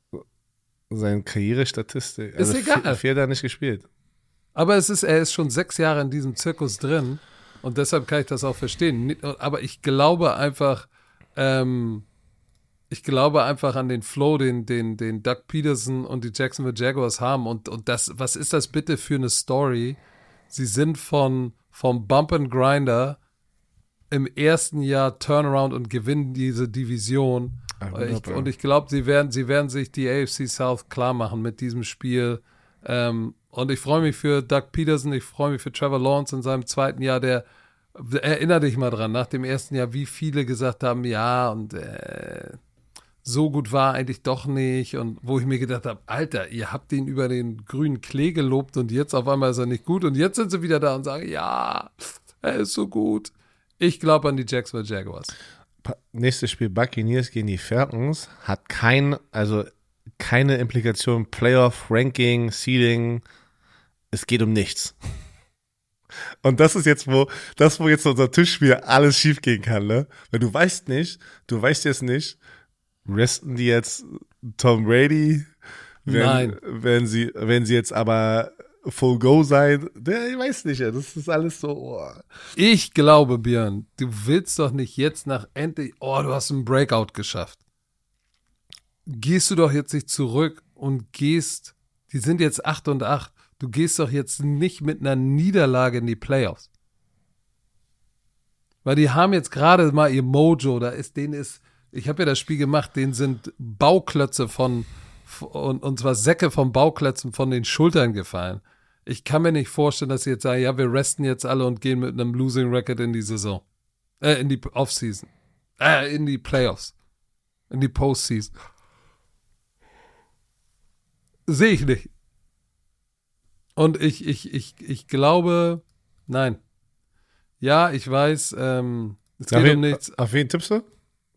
seine Karrierestatistik. Ist egal. Vier, vier hat er nicht gespielt. Aber es ist, er ist schon sechs Jahre in diesem Zirkus drin und deshalb kann ich das auch verstehen. Aber ich glaube einfach, ähm, ich glaube einfach an den Flow, den, den, den Doug Peterson und die Jacksonville Jaguars haben. Und, und das, was ist das bitte für eine Story? Sie sind von, vom Bump and Grinder im ersten Jahr Turnaround und gewinnen diese Division. Ah, Ich, und ich glaube, sie werden, sie werden sich die A F C South klar machen mit diesem Spiel. Ähm, und ich freue mich für Doug Peterson, ich freue mich für Trevor Lawrence in seinem zweiten Jahr. Der, erinner dich mal dran, nach dem ersten Jahr, wie viele gesagt haben, ja, und äh, so gut war eigentlich doch nicht. Und wo ich mir gedacht habe, Alter, ihr habt ihn über den grünen Klee gelobt und jetzt auf einmal ist er nicht gut. Und jetzt sind sie wieder da und sagen, ja, er ist so gut. Ich glaube an die Jacksonville Jaguars. Nächstes Spiel Buccaneers gegen die Falcons hat kein, also keine Implikation, Playoff, Ranking, Seeding. Es geht um nichts. Und das ist jetzt, wo, das, wo jetzt unser Tischspiel alles schief gehen kann, ne? Weil du weißt nicht, du weißt jetzt nicht, resten die jetzt Tom Brady, wenn, Nein. wenn sie, wenn sie jetzt aber Full Go sein, der, ich weiß nicht, das ist alles so, oh. Ich glaube, Björn, du willst doch nicht jetzt nach endlich, oh, du hast einen Breakout geschafft. Gehst du doch jetzt nicht zurück und gehst, die sind jetzt acht und acht, du gehst doch jetzt nicht mit einer Niederlage in die Playoffs. Weil die haben jetzt gerade mal ihr Mojo, da ist, denen ist, ich habe ja das Spiel gemacht, denen sind Bauklötze von, und, und zwar Säcke von Bauklötzen von den Schultern gefallen. Ich kann mir nicht vorstellen, dass sie jetzt sagen, ja, wir resten jetzt alle und gehen mit einem Losing Record in die Saison. Äh, in die Offseason. Äh, in die Playoffs. In die Postseason. Sehe ich nicht. Und ich, ich, ich, ich glaube, nein. Ja, ich weiß, ähm, es geht Auf wen, um nichts. auf wen tippst du?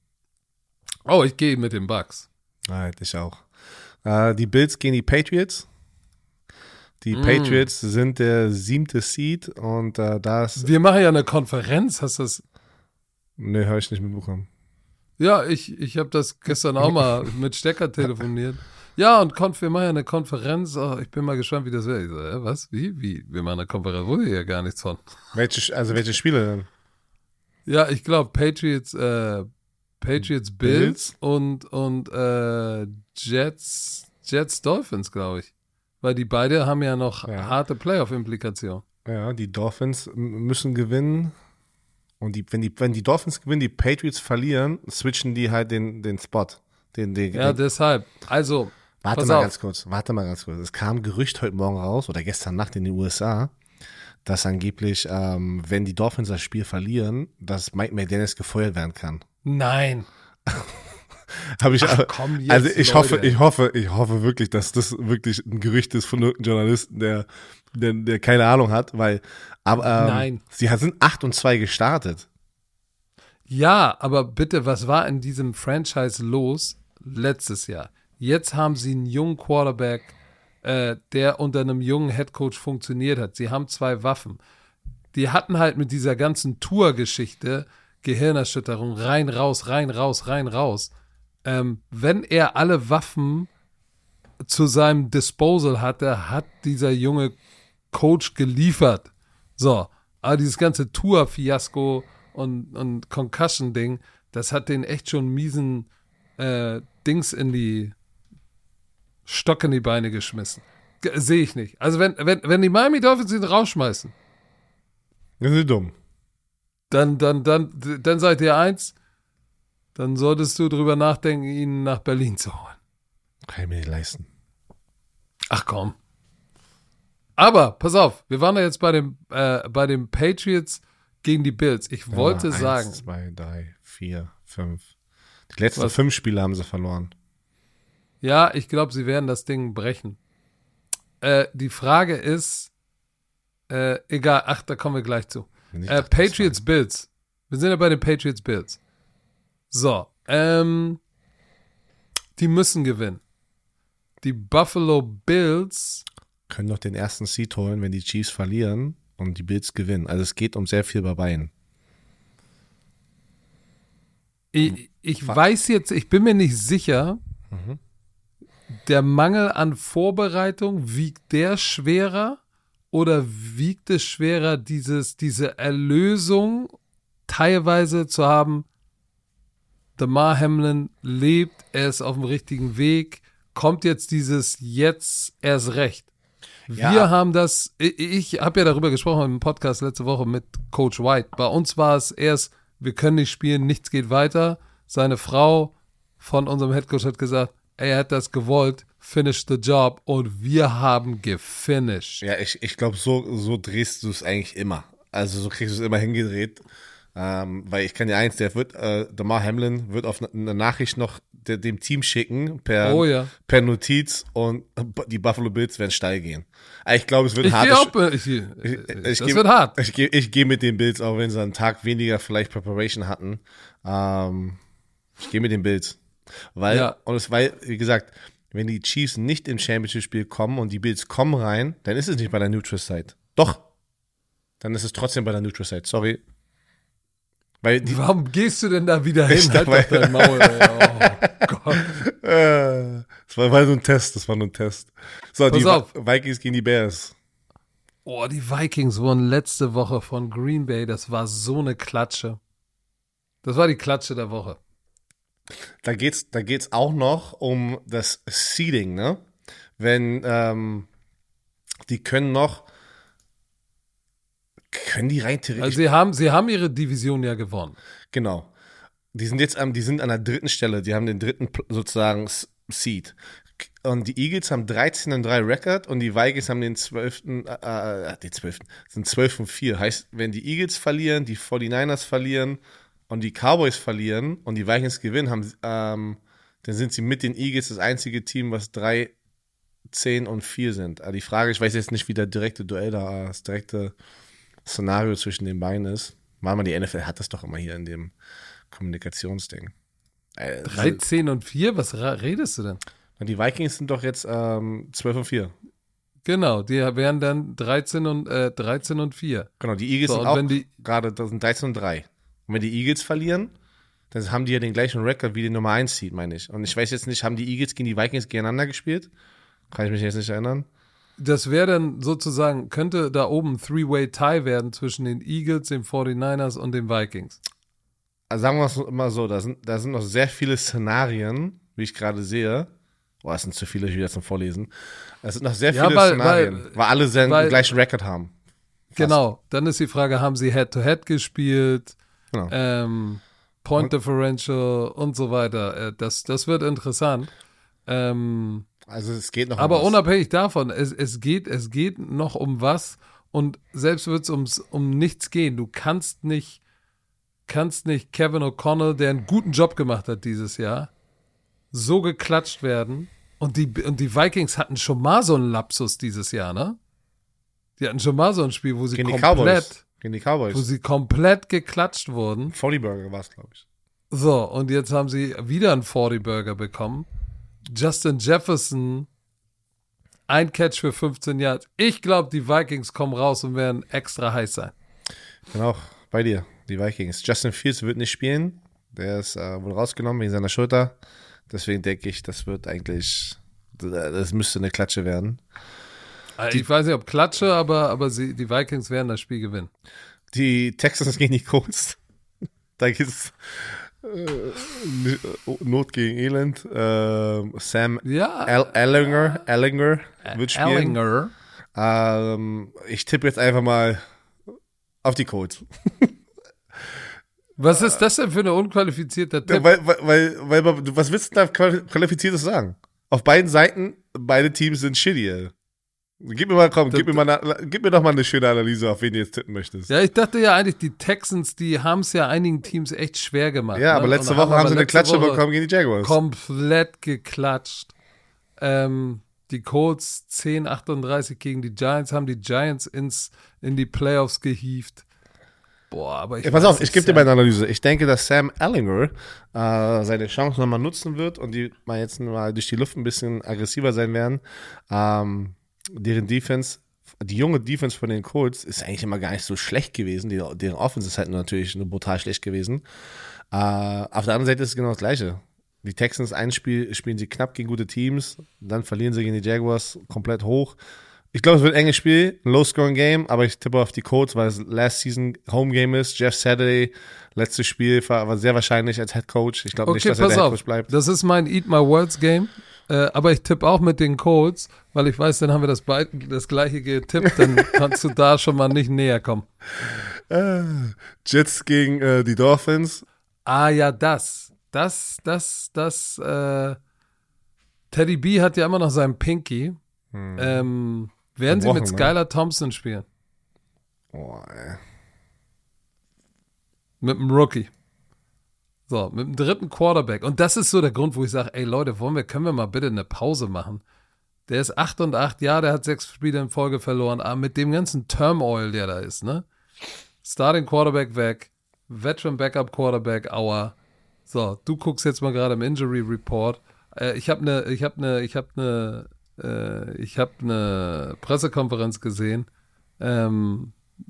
Oh, ich gehe mit den Bucks. Nein, ich auch. Äh, die Bills gegen die Patriots. Die Mm. Patriots sind der siebte Seed und äh, da ist. Wir machen ja eine Konferenz, hast du das? Ne, habe ich nicht mitbekommen. Ja, ich, ich habe das gestern auch mal mit Stecker telefoniert. Ja, und Konf wir machen ja eine Konferenz. Oh, ich bin mal gespannt, wie das wird. Ich so, äh, was? Wie? Wie? Wir machen eine Konferenz. Wurde ja gar nichts von. Welche, also welche Spiele denn? Ja, ich glaube Patriots, äh, Patriots Bills, Bills? und, und äh, Jets, Jets Dolphins, glaube ich. Weil die beide haben ja noch Ja. harte Playoff-Implikationen. Ja, die Dolphins m- müssen gewinnen. Und die, wenn, die, wenn die Dolphins gewinnen, die Patriots verlieren, switchen die halt den, den Spot. Den, den, Ja, den, deshalb. Also, warte pass mal auf. ganz kurz, warte mal ganz kurz. Es kam ein Gerücht heute Morgen raus, oder gestern Nacht in den U S A, dass angeblich, ähm, wenn die Dolphins das Spiel verlieren, dass Mike McDaniels gefeuert werden kann. Nein. Habe ich, Ach, komm jetzt, also ich Leute. hoffe, ich hoffe, ich hoffe wirklich, dass das wirklich ein Gerücht ist von irgendeinem Journalisten, der, der, der keine Ahnung hat, weil, aber ähm, Nein. sie sind acht und zwei gestartet. Ja, aber bitte, was war in diesem Franchise los letztes Jahr? Jetzt haben sie einen jungen Quarterback, äh, der unter einem jungen Headcoach funktioniert hat. Sie haben zwei Waffen. Die hatten halt mit dieser ganzen Tour-Geschichte Gehirnerschütterung, rein, raus, rein, raus, rein, raus. Ähm, wenn er alle Waffen zu seinem Disposal hatte, hat dieser junge Coach geliefert. So, aber dieses ganze Tour-Fiasko und, und Concussion-Ding, das hat den echt schon miesen äh, Dings in die Stock in die Beine geschmissen. Ge- Sehe ich nicht. Also wenn, wenn, wenn die Miami Dolphins ihn rausschmeißen, Das ist dumm. dann, dann, dann, dann seid ihr eins, dann solltest du drüber nachdenken, ihn nach Berlin zu holen. Kann ich mir nicht leisten. Ach komm. Aber, pass auf, wir waren ja jetzt bei dem, äh, bei den Patriots gegen die Bills. Ich wollte ja, sagen. Eins, zwei, drei, vier, fünf. Die letzten Was? fünf Spiele haben sie verloren. Ja, ich glaube, sie werden das Ding brechen. Äh, die Frage ist, äh, egal, ach, da kommen wir gleich zu. Ich Äh, dachte, Patriots Bills. Wir sind ja bei den Patriots Bills. So, ähm, die müssen gewinnen. Die Buffalo Bills können doch den ersten Seed holen, wenn die Chiefs verlieren und die Bills gewinnen. Also es geht um sehr viel bei beiden. Ich, ich weiß jetzt, ich bin mir nicht sicher, Mhm. der Mangel an Vorbereitung, wiegt der schwerer oder wiegt es schwerer, dieses, diese Erlösung teilweise zu haben, Damar Hamlin lebt, er ist auf dem richtigen Weg, kommt jetzt dieses jetzt erst recht. Wir Ja. haben das, ich, ich habe ja darüber gesprochen im Podcast letzte Woche mit Coach White. Bei uns war es erst, wir können nicht spielen, nichts geht weiter. Seine Frau von unserem Headcoach hat gesagt, er hat das gewollt, finish the job und wir haben gefinished. Ja, ich, ich glaube, so, so drehst du es eigentlich immer. Also so kriegst du es immer hingedreht. Ähm, weil ich kann dir eins, der wird, äh, Damar Hamlin wird auf eine Nachricht noch de, dem Team schicken per, Oh ja. per Notiz und die Buffalo Bills werden steil gehen. Aber ich glaube, es wird Ich hart. gehe auch, ich, Ich, das geh, wird hart. Ich gehe ich geh mit den Bills, auch wenn sie einen Tag weniger vielleicht Preparation hatten. Ähm, ich gehe mit den Bills. Weil, Ja. und es, weil, wie gesagt, wenn die Chiefs nicht im Championship-Spiel kommen und die Bills kommen rein, dann ist es nicht bei der Neutral Site. Doch. Dann ist es trotzdem bei der Neutral Site. Sorry. Weil die, Warum gehst du denn da wieder hin? Ich Halt dabei- doch dein Maul, ey. Oh Gott. äh, das war, war nur ein Test, das war nur ein Test. So, Pass die auf. Vikings gegen die Bears. Oh, die Vikings wurden letzte Woche von Green Bay. Das war so eine Klatsche. Das war die Klatsche der Woche. Da geht's, da geht's auch noch um das Seeding, ne? Wenn, ähm, die können noch, können die rein theoretisch, Also sie haben, sie haben ihre Division ja gewonnen. genau. Die sind jetzt am, die sind an der dritten Stelle, die haben den dritten Pl- sozusagen S- Seed. Und die Eagles haben dreizehn und drei Record und die Vikings haben den zwölften äh, äh, den zwölften sind zwölf und vier. Heißt, wenn die Eagles verlieren, die forty-niners verlieren und die Cowboys verlieren und die Vikings gewinnen, haben, ähm, dann sind sie mit den Eagles das einzige Team, was drei, zehn und vier sind. Also die Frage, ich weiß jetzt nicht, wie der direkte Duell da, das direkte Szenario zwischen den beiden ist. Mal die N F L hat das doch immer hier in dem Kommunikationsding. Äh, dreizehn und vier? Was ra- redest du denn? Die Vikings sind doch jetzt ähm, zwölf und vier. Genau, die wären dann dreizehn und, äh, dreizehn und vier. Genau, die Eagles So, sind und auch wenn die- gerade, das sind dreizehn und drei. Und wenn die Eagles verlieren, dann haben die ja den gleichen Rekord wie die Nummer eins Seed, meine ich. Und ich weiß jetzt nicht, haben die Eagles gegen die Vikings gegeneinander gespielt? Kann ich mich jetzt nicht erinnern. Das wäre dann sozusagen, könnte da oben ein Three-Way-Tie werden zwischen den Eagles, den forty-niners und den Vikings. Also sagen wir es mal so, da sind, da sind noch sehr viele Szenarien, wie ich gerade sehe. Boah, es sind zu viele wieder zum Vorlesen. Es sind noch sehr Ja, viele weil- Szenarien, weil, weil- alle sehr, weil- den gleichen Rekord haben. Fast. Genau, dann ist die Frage, haben sie Head-to-Head gespielt, Genau. ähm, Point Differential und so weiter. Äh, Das, das wird interessant. Ähm, Also es geht noch um aber was. unabhängig davon, es, es, geht, es geht noch um was und selbst wird es ums, um nichts gehen. Du kannst nicht, kannst nicht Kevin O'Connell, der einen guten Job gemacht hat dieses Jahr, so geklatscht werden. Und die, und die Vikings hatten schon mal so einen Lapsus dieses Jahr, ne? Die hatten schon mal so ein Spiel, wo sie Gegen die komplett, Cowboys. Gegen die wo Cowboys. sie komplett geklatscht wurden. forty Burger war es, glaube ich. So, und jetzt haben sie wieder einen forty Burger bekommen. Justin Jefferson, ein Catch für fünfzehn Yards. Ich glaube, die Vikings kommen raus und werden extra heiß sein. Genau, bei dir, die Vikings. Justin Fields wird nicht spielen. Der ist äh, wohl rausgenommen wegen seiner Schulter. Deswegen denke ich, das wird eigentlich, das müsste eine Klatsche werden. Also ich weiß nicht, ob Klatsche, aber, aber sie, die Vikings werden das Spiel gewinnen. Die Texans gegen die Colts. Da gibt es äh, Not gegen Elend. Äh, Sam Ja. Al Ellinger, Ellinger wird spielen. Ellinger. Ähm, ich tippe jetzt einfach mal auf die Colts. Was ist das denn für eine unqualifizierte Ja, Tipp? weil, weil, weil, weil, was willst du da qualifiziertes sagen? Auf beiden Seiten, beide Teams sind shitty, ey. Gib mir mal, komm, gib mir, mal eine, gib mir doch mal eine schöne Analyse, auf wen du jetzt tippen möchtest. Ja, ich dachte ja eigentlich, die Texans, die haben es ja einigen Teams echt schwer gemacht. Ja, aber ne? letzte Woche haben, haben sie eine Klatsche Woche bekommen gegen die Jaguars. Komplett geklatscht. Ähm, die Colts zehn achtunddreißig gegen die Giants, haben die Giants ins, in die Playoffs gehievt. Boah, aber ich ja, pass auf, ich gebe dir meine Analyse. Ich denke, dass Sam Ehlinger äh, seine Chance nochmal nutzen wird und die mal jetzt mal durch die Luft ein bisschen aggressiver sein werden. Ähm, deren Defense, die junge Defense von den Colts ist eigentlich immer gar nicht so schlecht gewesen. Die, deren Offense ist halt natürlich nur brutal schlecht gewesen. Äh, auf der anderen Seite ist es genau das Gleiche. Die Texans, ein Spiel spielen sie knapp gegen gute Teams, dann verlieren sie gegen die Jaguars komplett hoch. Ich glaube, es wird ein enges Spiel, ein Low-Scoring-Game, aber ich tippe auf die Colts, weil es Last Season Home-Game ist. Jeff Saturday, letztes Spiel, war, war sehr wahrscheinlich als Head Coach. Ich glaube okay, nicht, dass er der Head Coach bleibt. Das ist mein Eat My Words-Game, äh, aber ich tippe auch mit den Colts, weil ich weiß, dann haben wir das, beid, das gleiche getippt, dann kannst du da schon mal nicht näher kommen. Äh, Jets gegen äh, die Dolphins. Ah ja, das. Das, das, das, äh, Teddy B hat ja immer noch seinen Pinky. Hm. Ähm, werden sie mit Skylar ne? Thompson spielen? Oh, ey. Mit dem Rookie. So, mit dem dritten Quarterback. Und das ist so der Grund, wo ich sage, ey Leute, wollen wir, können wir mal bitte eine Pause machen? Der ist acht und acht, ja, der hat sechs Spiele in Folge verloren, aber mit dem ganzen Turmoil, der da ist, ne? Starting Quarterback weg, Veteran Backup Quarterback, Aua. So, du guckst jetzt mal gerade im Injury Report. Äh, ich habe eine, ich habe eine, ich habe eine, äh, ich habe eine Pressekonferenz gesehen, ähm,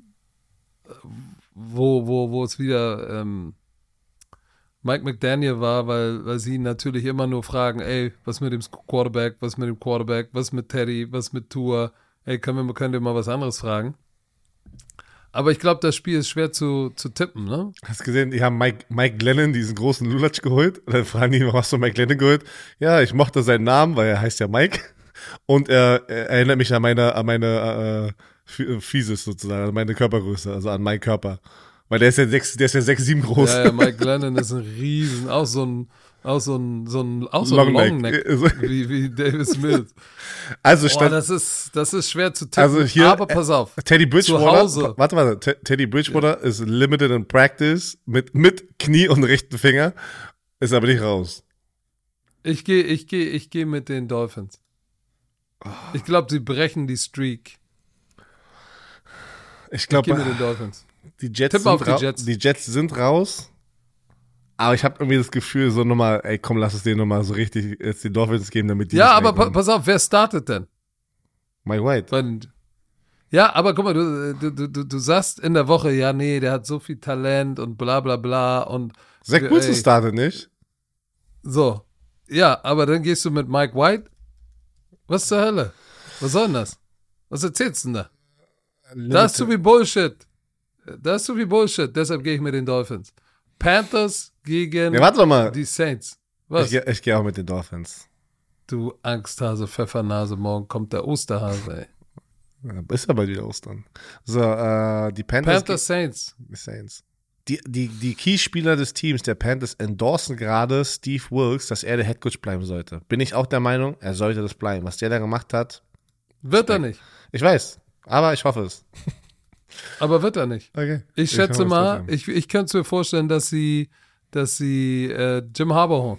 wo, wo, wo es wieder ähm, Mike McDaniel war, weil, weil sie ihn natürlich immer nur fragen, ey, was mit dem Quarterback, was mit dem Quarterback, was mit Teddy, was mit Tua, ey, können wir, könnt ihr mal was anderes fragen? Aber ich glaube, das Spiel ist schwer zu, zu tippen, ne? Hast du gesehen, die haben Mike, Mike Glennon, diesen großen Lulatsch geholt. Und dann fragen die ihn, warum hast du Mike Glennon geholt? Ja, ich mochte seinen Namen, weil er heißt ja Mike. Und er, er erinnert mich an meine, an meine äh, Physis sozusagen, an meine Körpergröße, also an meinen Körper. Weil der ist ja sechs, der ist ja sechs, sieben groß. Ja, ja, Mike Glennon ist ein Riesen, auch so ein, auch so ein, so ein, auch so ein Longneck, Longneck wie, wie David Smith. Also stand, Boah, das ist, das ist schwer zu tippen. Also hier, aber pass auf. Teddy Bridgewater, zu Hause. warte, warte, Teddy Bridgewater ja. ist limited in practice mit, mit Knie und rechten Finger, ist aber nicht raus. Ich gehe, ich gehe, ich gehe mit den Dolphins. Ich glaube, sie brechen die Streak. Ich glaube, ich gehe mit den Dolphins. Die Jets, sind auf die, Jets. die Jets sind raus, aber ich habe irgendwie das Gefühl, so nochmal, ey komm, lass es denen nochmal so richtig jetzt die Dolphins geben, damit die Ja, aber pa- pass auf, wer startet denn? Mike White. Weil, ja, aber guck mal, du, du, du, du sagst in der Woche, ja, nee, der hat so viel Talent und bla bla bla und Zach Wilson startet nicht. So, ja, aber dann gehst du mit Mike White. Was zur Hölle? Was soll denn das? Was erzählst du denn da? Limited. Das ist so wie Bullshit. Das ist so wie Bullshit, deshalb gehe ich mit den Dolphins. Panthers gegen ja, warte doch mal. die Saints. Was? Ich, ich gehe auch mit den Dolphins. Du Angsthase, Pfeffernase, morgen kommt der Osterhase, ey. Ja, ist aber wieder Ostern. So, äh, die Panthers. Panthers Saints. Die Saints. Die, die, die Key-Spieler des Teams der Panthers endorsen gerade Steve Wilkes, dass er der Headcoach bleiben sollte. Bin ich auch der Meinung, er sollte das bleiben. Was der da gemacht hat. Wird er nicht. Ich weiß, aber ich hoffe es. Aber wird er nicht. Okay. Ich schätze ich mal, ich, ich könnte mir vorstellen, dass sie, dass sie äh, Jim Harbaugh holen.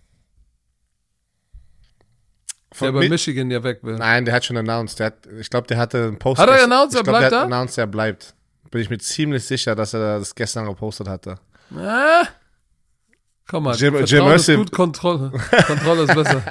Der bei Mi- Michigan ja weg will. Nein, der hat schon announced. Der hat, ich glaube, der hatte einen Post. Hat er announced, er glaub, bleibt der da? Hat announced, er bleibt. Bin ich mir ziemlich sicher, dass er das gestern gepostet hatte. Ah, komm mal, Jim, Jim ist gut, Kontrolle. Kontrolle ist besser.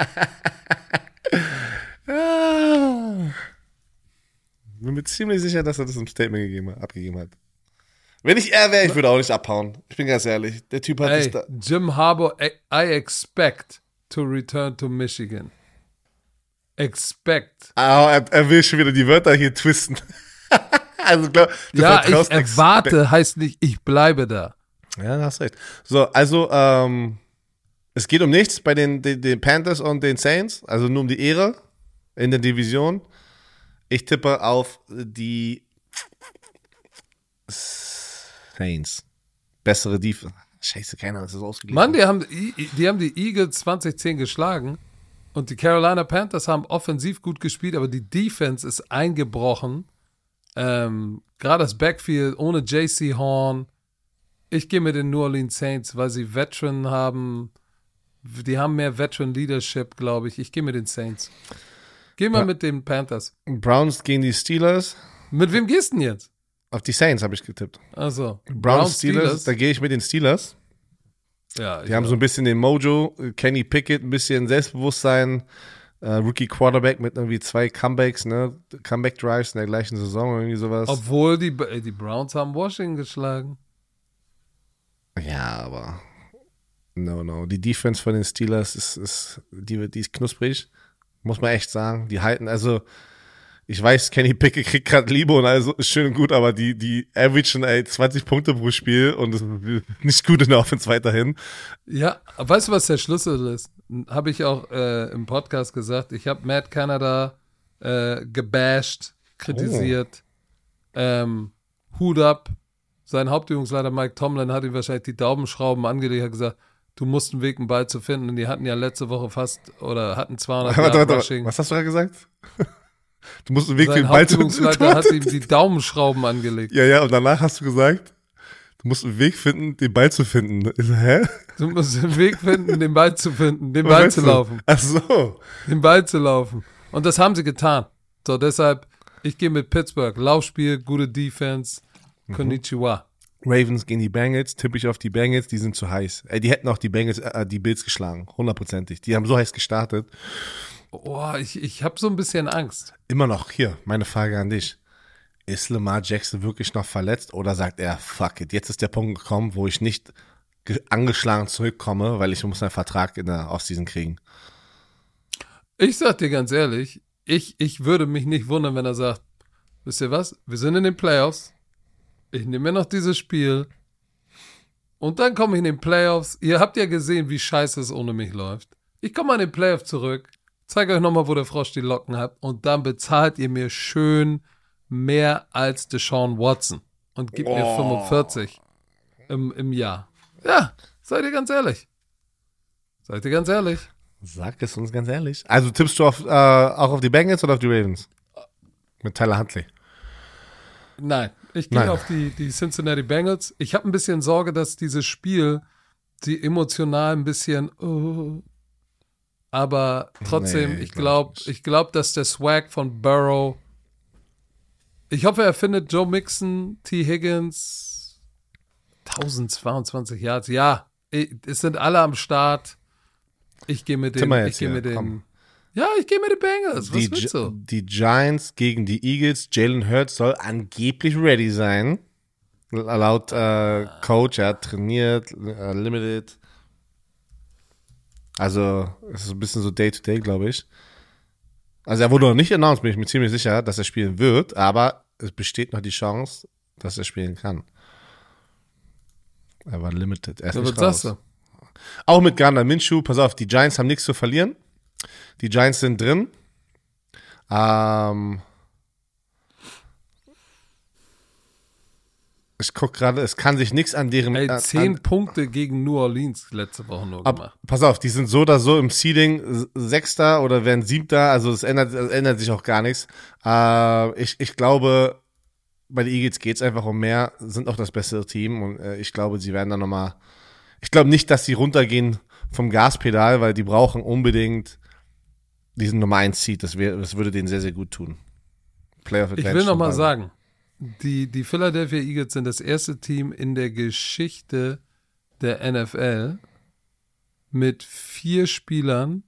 Bin mir ziemlich sicher, dass er das im Statement gegeben, abgegeben hat. Wenn ich er wäre, ich würde auch nicht abhauen. Ich bin ganz ehrlich. Der Typ hat Ey, sich da. Jim Harbaugh, I expect to return to Michigan. Expect. Oh, er, er will schon wieder die Wörter hier twisten. also glaub, ja, ich erwarte, expect. Heißt nicht, ich bleibe da. Ja, du hast recht. So, also, ähm, es geht um nichts bei den, den, den Panthers und den Saints, also nur um die Ehre in der Division. Ich tippe auf die Saints. Bessere Defense. Scheiße, keiner hat das ausgeglichen. Mann, die haben, die haben die Eagles zwanzig zehn geschlagen. Und die Carolina Panthers haben offensiv gut gespielt, aber die Defense ist eingebrochen. Ähm, Gerade das Backfield ohne J C Horn. Ich gehe mit den New Orleans Saints, weil sie Veteran haben. Die haben mehr Veteran Leadership, glaube ich. Ich gehe mit den Saints. Geh mal ja. mit den Panthers. Browns gegen die Steelers. Mit wem gehst du denn jetzt? Auf die Saints habe ich getippt. Also Browns, Browns Steelers, Steelers, da gehe ich mit den Steelers. Ja, die haben auch. so ein bisschen den Mojo, Kenny Pickett, ein bisschen Selbstbewusstsein, äh, Rookie Quarterback mit irgendwie zwei Comebacks, ne, Comeback-Drives in der gleichen Saison oder irgendwie sowas. Obwohl die, die Browns haben Washington geschlagen. Ja, aber no, no. Die Defense von den Steelers ist, ist die, die ist knusprig, muss man echt sagen. Die halten, also ich weiß, Kenny Pickett kriegt gerade Liebe und also ist schön und gut, aber die, die averagen ey, zwanzig Punkte pro Spiel und das ist nicht gut in der Offense weiterhin. Ja, weißt du, was der Schlüssel ist? Habe ich auch äh, im Podcast gesagt. Ich habe Matt Canada äh, gebasht, kritisiert. Oh. Ähm, Hut ab. Sein Hauptübungsleiter Mike Tomlin hat ihm wahrscheinlich die Daumenschrauben angelegt, hat gesagt, du musst einen Weg, einen Ball zu finden. Und die hatten ja letzte Woche fast, oder hatten zweihundert warte, Yard warte, Rushing. Was hast du gerade gesagt? Du musst einen Weg, Sein den Ball zu finden. Sein Hauptübungsleiter hat ihm die Daumenschrauben angelegt. Ja, ja, und danach hast du gesagt, du musst einen Weg finden, den Ball zu finden. Ich so, hä? Du musst einen Weg finden, den Ball zu finden, den Ball zu laufen. Ach so. Den Ball zu laufen. Und das haben sie getan. So, deshalb, ich gehe mit Pittsburgh. Laufspiel, gute Defense. Konnichiwa. Ravens gegen die Bengals, tippe ich auf die Bengals, die sind zu heiß. Ey, die hätten auch die Bengals, äh, die Bills geschlagen, hundertprozentig. Die haben so heiß gestartet. Oh, ich, ich habe so ein bisschen Angst. Immer noch, hier, meine Frage an dich. Ist Lamar Jackson wirklich noch verletzt oder sagt er, fuck it, jetzt ist der Punkt gekommen, wo ich nicht ge- angeschlagen zurückkomme, weil ich muss einen Vertrag in der Offseason kriegen? Ich sag dir ganz ehrlich, ich, ich würde mich nicht wundern, wenn er sagt, wisst ihr was, wir sind in den Playoffs, ich nehme mir noch dieses Spiel und dann komme ich in den Playoffs. Ihr habt ja gesehen, wie scheiße es ohne mich läuft. Ich komme an den Playoffs zurück, zeige euch nochmal, wo der Frosch die Locken hat und dann bezahlt ihr mir schön mehr als Deshaun Watson und gibt oh. mir fünfundvierzig im, im Jahr. Ja, seid ihr ganz ehrlich. Seid ihr ganz ehrlich. Sag es uns ganz ehrlich. Also tippst du auf, äh, auch auf die Bengals oder auf die Ravens? Mit Tyler Huntley? Nein, ich gehe auf die, die Cincinnati Bengals. Ich habe ein bisschen Sorge, dass dieses Spiel sie emotional ein bisschen uh, aber trotzdem, nee, ich glaube, ich glaube, dass der Swag von Burrow, ich hoffe, er findet Joe Mixon, T. Higgins, tausendzweiundzwanzig Yards. Ja, es sind alle am Start. Ich gehe mit den, ich gehe mit den, komm. ja, ich gehe mit den Bengals. Was die, willst du? Die Giants gegen die Eagles. Jalen Hurts soll angeblich ready sein. Laut äh, Coach, er hat trainiert, äh, limited. Also, es ist ein bisschen so Day-to-Day, glaube ich. Also, er wurde noch nicht announced, bin ich mir ziemlich sicher, dass er spielen wird, aber es besteht noch die Chance, dass er spielen kann. Er war limited. Er ist ja, nicht was raus. sagst du? Auch mit Gardner Minshew, pass auf, die Giants haben nichts zu verlieren. Die Giants sind drin. Ähm, ich gucke gerade, es kann sich nichts an deren... Ey, zehn an, Punkte gegen New Orleans letzte Woche nur ab, gemacht. Pass auf, die sind so oder so im Seeding Sechster oder werden Siebter, also es ändert, es ändert sich auch gar nichts. Äh, ich, ich glaube, bei den Eagles geht es einfach um mehr, sind auch das bessere Team und äh, ich glaube, sie werden dann nochmal... Ich glaube nicht, dass sie runtergehen vom Gaspedal, weil die brauchen unbedingt diesen Nummer eins Seed. Das, wär, das würde denen sehr, sehr gut tun. Playoff ich will nochmal sagen, die, die Philadelphia Eagles sind das erste Team in der Geschichte der N F L mit vier Spielern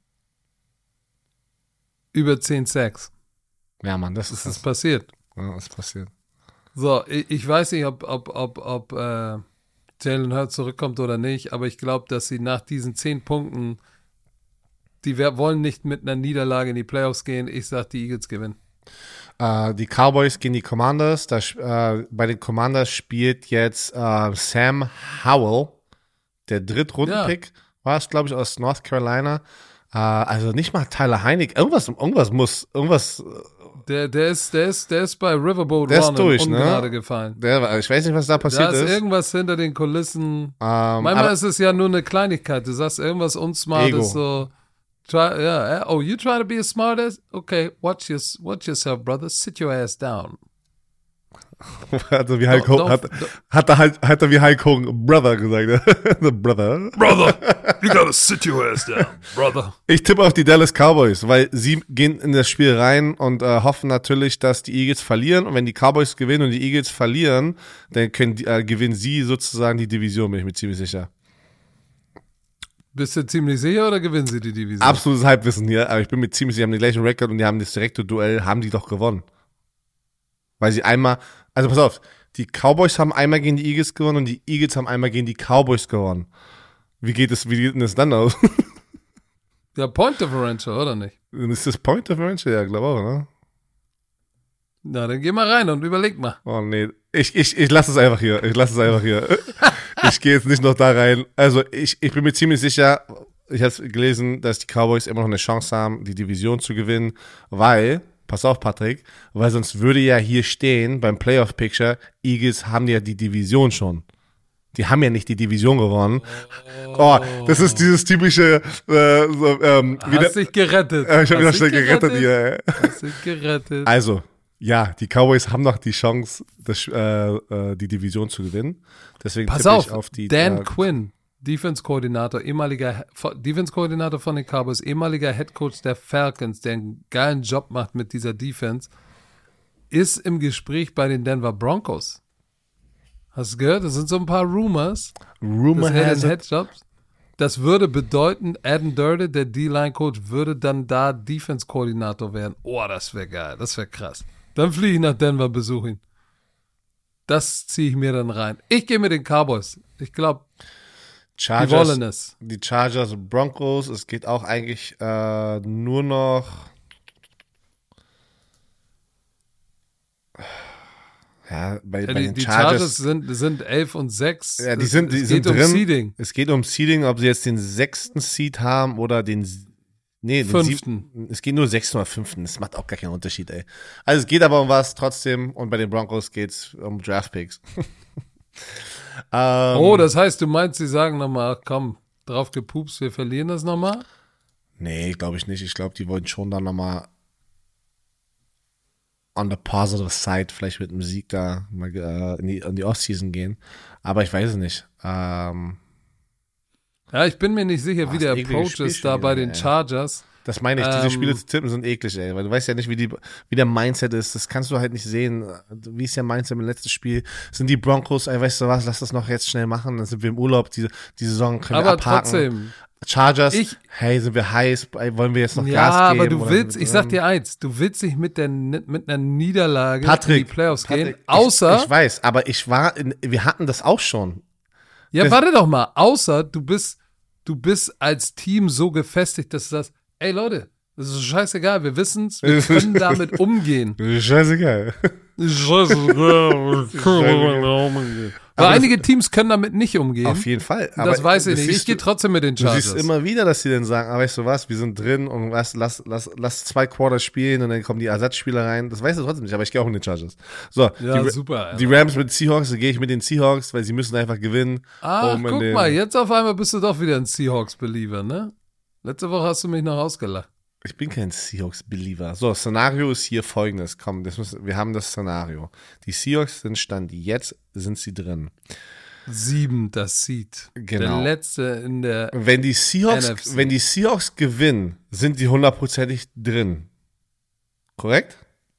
über zehn Sacks. Ja, Mann, das, das ist passiert. Ja, das ist passiert. So, ich, ich weiß nicht, ob, ob, ob, ob äh, Jalen Hurts zurückkommt oder nicht, aber ich glaube, dass sie nach diesen zehn Punkten, die wir wollen nicht mit einer Niederlage in die Playoffs gehen. Ich sage, die Eagles gewinnen. Uh, die Cowboys gegen die Commanders. Da, uh, bei den Commanders spielt jetzt uh, Sam Howell, der Drittrunden-Pick, ja. war es, glaube ich, aus North Carolina. Uh, also nicht mal Tyler Heinig. Irgendwas, irgendwas muss, irgendwas... Der, der, ist, der, ist, der ist bei Riverboat der ist durch, ungerade ne? gefallen. Der, ich weiß nicht, was da passiert ist. Da ist irgendwas hinter den Kulissen. Um, Manchmal ist es ja nur eine Kleinigkeit. Du sagst irgendwas Unsmartes, so, Try, yeah. Oh, you try to be a smartass? Okay, watch, your, watch yourself, brother. Sit your ass down. Hat er wie Hulk Hogan, hat, hat, er halt, hat er wie Hulk Hogan Brother gesagt. The Brother. Brother, you gotta sit your ass down, brother. Ich tippe auf die Dallas Cowboys, weil sie gehen in das Spiel rein und äh, hoffen natürlich, dass die Eagles verlieren. Und wenn die Cowboys gewinnen und die Eagles verlieren, dann können die, äh, gewinnen sie sozusagen die Division, bin ich mir ziemlich sicher. Bist du ziemlich sicher oder gewinnen sie die Division? Absolutes Halbwissen hier, aber ich bin mir ziemlich sicher, die haben den gleichen Rekord und die haben das direkte Duell, haben die doch gewonnen. Weil sie einmal, also pass auf, die Cowboys haben einmal gegen die Eagles gewonnen und die Eagles haben einmal gegen die Cowboys gewonnen. Wie geht es, wie geht denn das dann aus? Ja, Point Differential, oder nicht? Ist das Point Differential? Ja, glaube auch, ne? Na, dann geh mal rein und überleg mal. Oh nee, ich, ich, ich lasse es einfach hier, ich lasse es einfach hier. Ich gehe jetzt nicht noch da rein. Also ich, ich bin mir ziemlich sicher, ich habe gelesen, dass die Cowboys immer noch eine Chance haben, die Division zu gewinnen, weil... Pass auf, Patrick, weil sonst würde ja hier stehen beim Playoff-Picture, Eagles haben ja die Division schon. Die haben ja nicht die Division gewonnen. Oh, das ist dieses typische äh, so, ähm, Hast wieder, dich gerettet. Äh, ich habe wieder schnell gerettet, gerettet hier. Hast dich gerettet. Also, ja, die Cowboys haben noch die Chance, das, äh, äh, die Division zu gewinnen. Deswegen Pass tippe auf, ich auf die... Dan äh, Quinn, Defense-Koordinator, ehemaliger Defense-Koordinator von den Cowboys, ehemaliger Headcoach der Falcons, der einen geilen Job macht mit dieser Defense, ist im Gespräch bei den Denver Broncos. Hast du gehört? Das sind so ein paar Rumors. Rumor has it. Headjobs. Das würde bedeuten, Adam Durden, der D-Line-Coach, würde dann da Defense-Koordinator werden. Oh, das wäre geil. Das wäre krass. Dann fliege ich nach Denver, besuche ihn. Das ziehe ich mir dann rein. Ich gehe mit den Cowboys. Ich glaube, Chargers, die wollen es. Die Chargers und Broncos, es geht auch eigentlich äh, nur noch ja, bei, ja, bei die, den die Chargers, Chargers sind, sind elf und sechs. Ja, die sind, die es sind geht drin. um Seeding. Es geht um Seeding, ob sie jetzt den sechsten Seed haben oder den nee, den fünften. Siebten. Es geht nur sechsten oder fünften. Das macht auch gar keinen Unterschied, ey. Also es geht aber um was trotzdem und bei den Broncos geht's um Draftpicks. Ähm, oh, das heißt, du meinst, sie sagen nochmal, komm, drauf gepupst, wir verlieren das nochmal? Nee, glaube ich nicht. Ich glaube, die wollen schon dann nochmal on the positive side vielleicht mit einem Sieg da mal äh, in die, in die Offseason gehen. Aber ich weiß es nicht. Ähm, ja, ich bin mir nicht sicher, oh, wie der Approach ist da bei den ey. Chargers. Das meine ich, diese ähm, Spiele zu tippen sind eklig, ey, weil du weißt ja nicht, wie, die, wie der Mindset ist, das kannst du halt nicht sehen, wie ist der Mindset im letzten Spiel, sind die Broncos, ey, weißt du was, lass das noch jetzt schnell machen, dann sind wir im Urlaub, diese, die Saison können aber wir abhaken. Trotzdem, Chargers, ich, hey, sind wir heiß, ey, wollen wir jetzt noch ja, Gas geben? Ja, aber du willst, ich sag dir eins, du willst nicht mit, der, mit einer Niederlage Patrick, in die Playoffs Patrick, gehen, außer... Ich, ich weiß, aber ich war, in, wir hatten das auch schon. Ja, das, warte doch mal, außer du bist, du bist als Team so gefestigt, dass du sagst, ey Leute, das ist scheißegal, wir wissen's, wir können damit umgehen. Scheißegal. Scheißegal. Scheißegal. Aber einige Teams können damit nicht umgehen. Auf jeden Fall. Aber das weiß ich nicht. Ich gehe trotzdem mit den Chargers. Du siehst immer wieder, dass sie dann sagen, aber weißt du was, wir sind drin und lass, lass, lass, lass zwei Quarters spielen und dann kommen die Ersatzspieler rein. Das weißt du trotzdem nicht, aber ich gehe auch mit den Chargers. So, ja, die, super. Alter. Die Rams mit Seahawks, da gehe ich mit den Seahawks, weil sie müssen einfach gewinnen. Ah, um guck mal, jetzt auf einmal bist du doch wieder ein Seahawks-Believer, ne? Letzte Woche hast du mich noch ausgelacht. Ich bin kein Seahawks-Believer. So, Szenario ist hier folgendes. Komm, das müssen, wir haben das Szenario. Die Seahawks sind Stand jetzt, sind sie drin. Sieben, das Seed. Genau. Der letzte in der wenn die Seahawks, N F C. Wenn die Seahawks gewinnen, sind die hundertprozentig drin. Korrekt?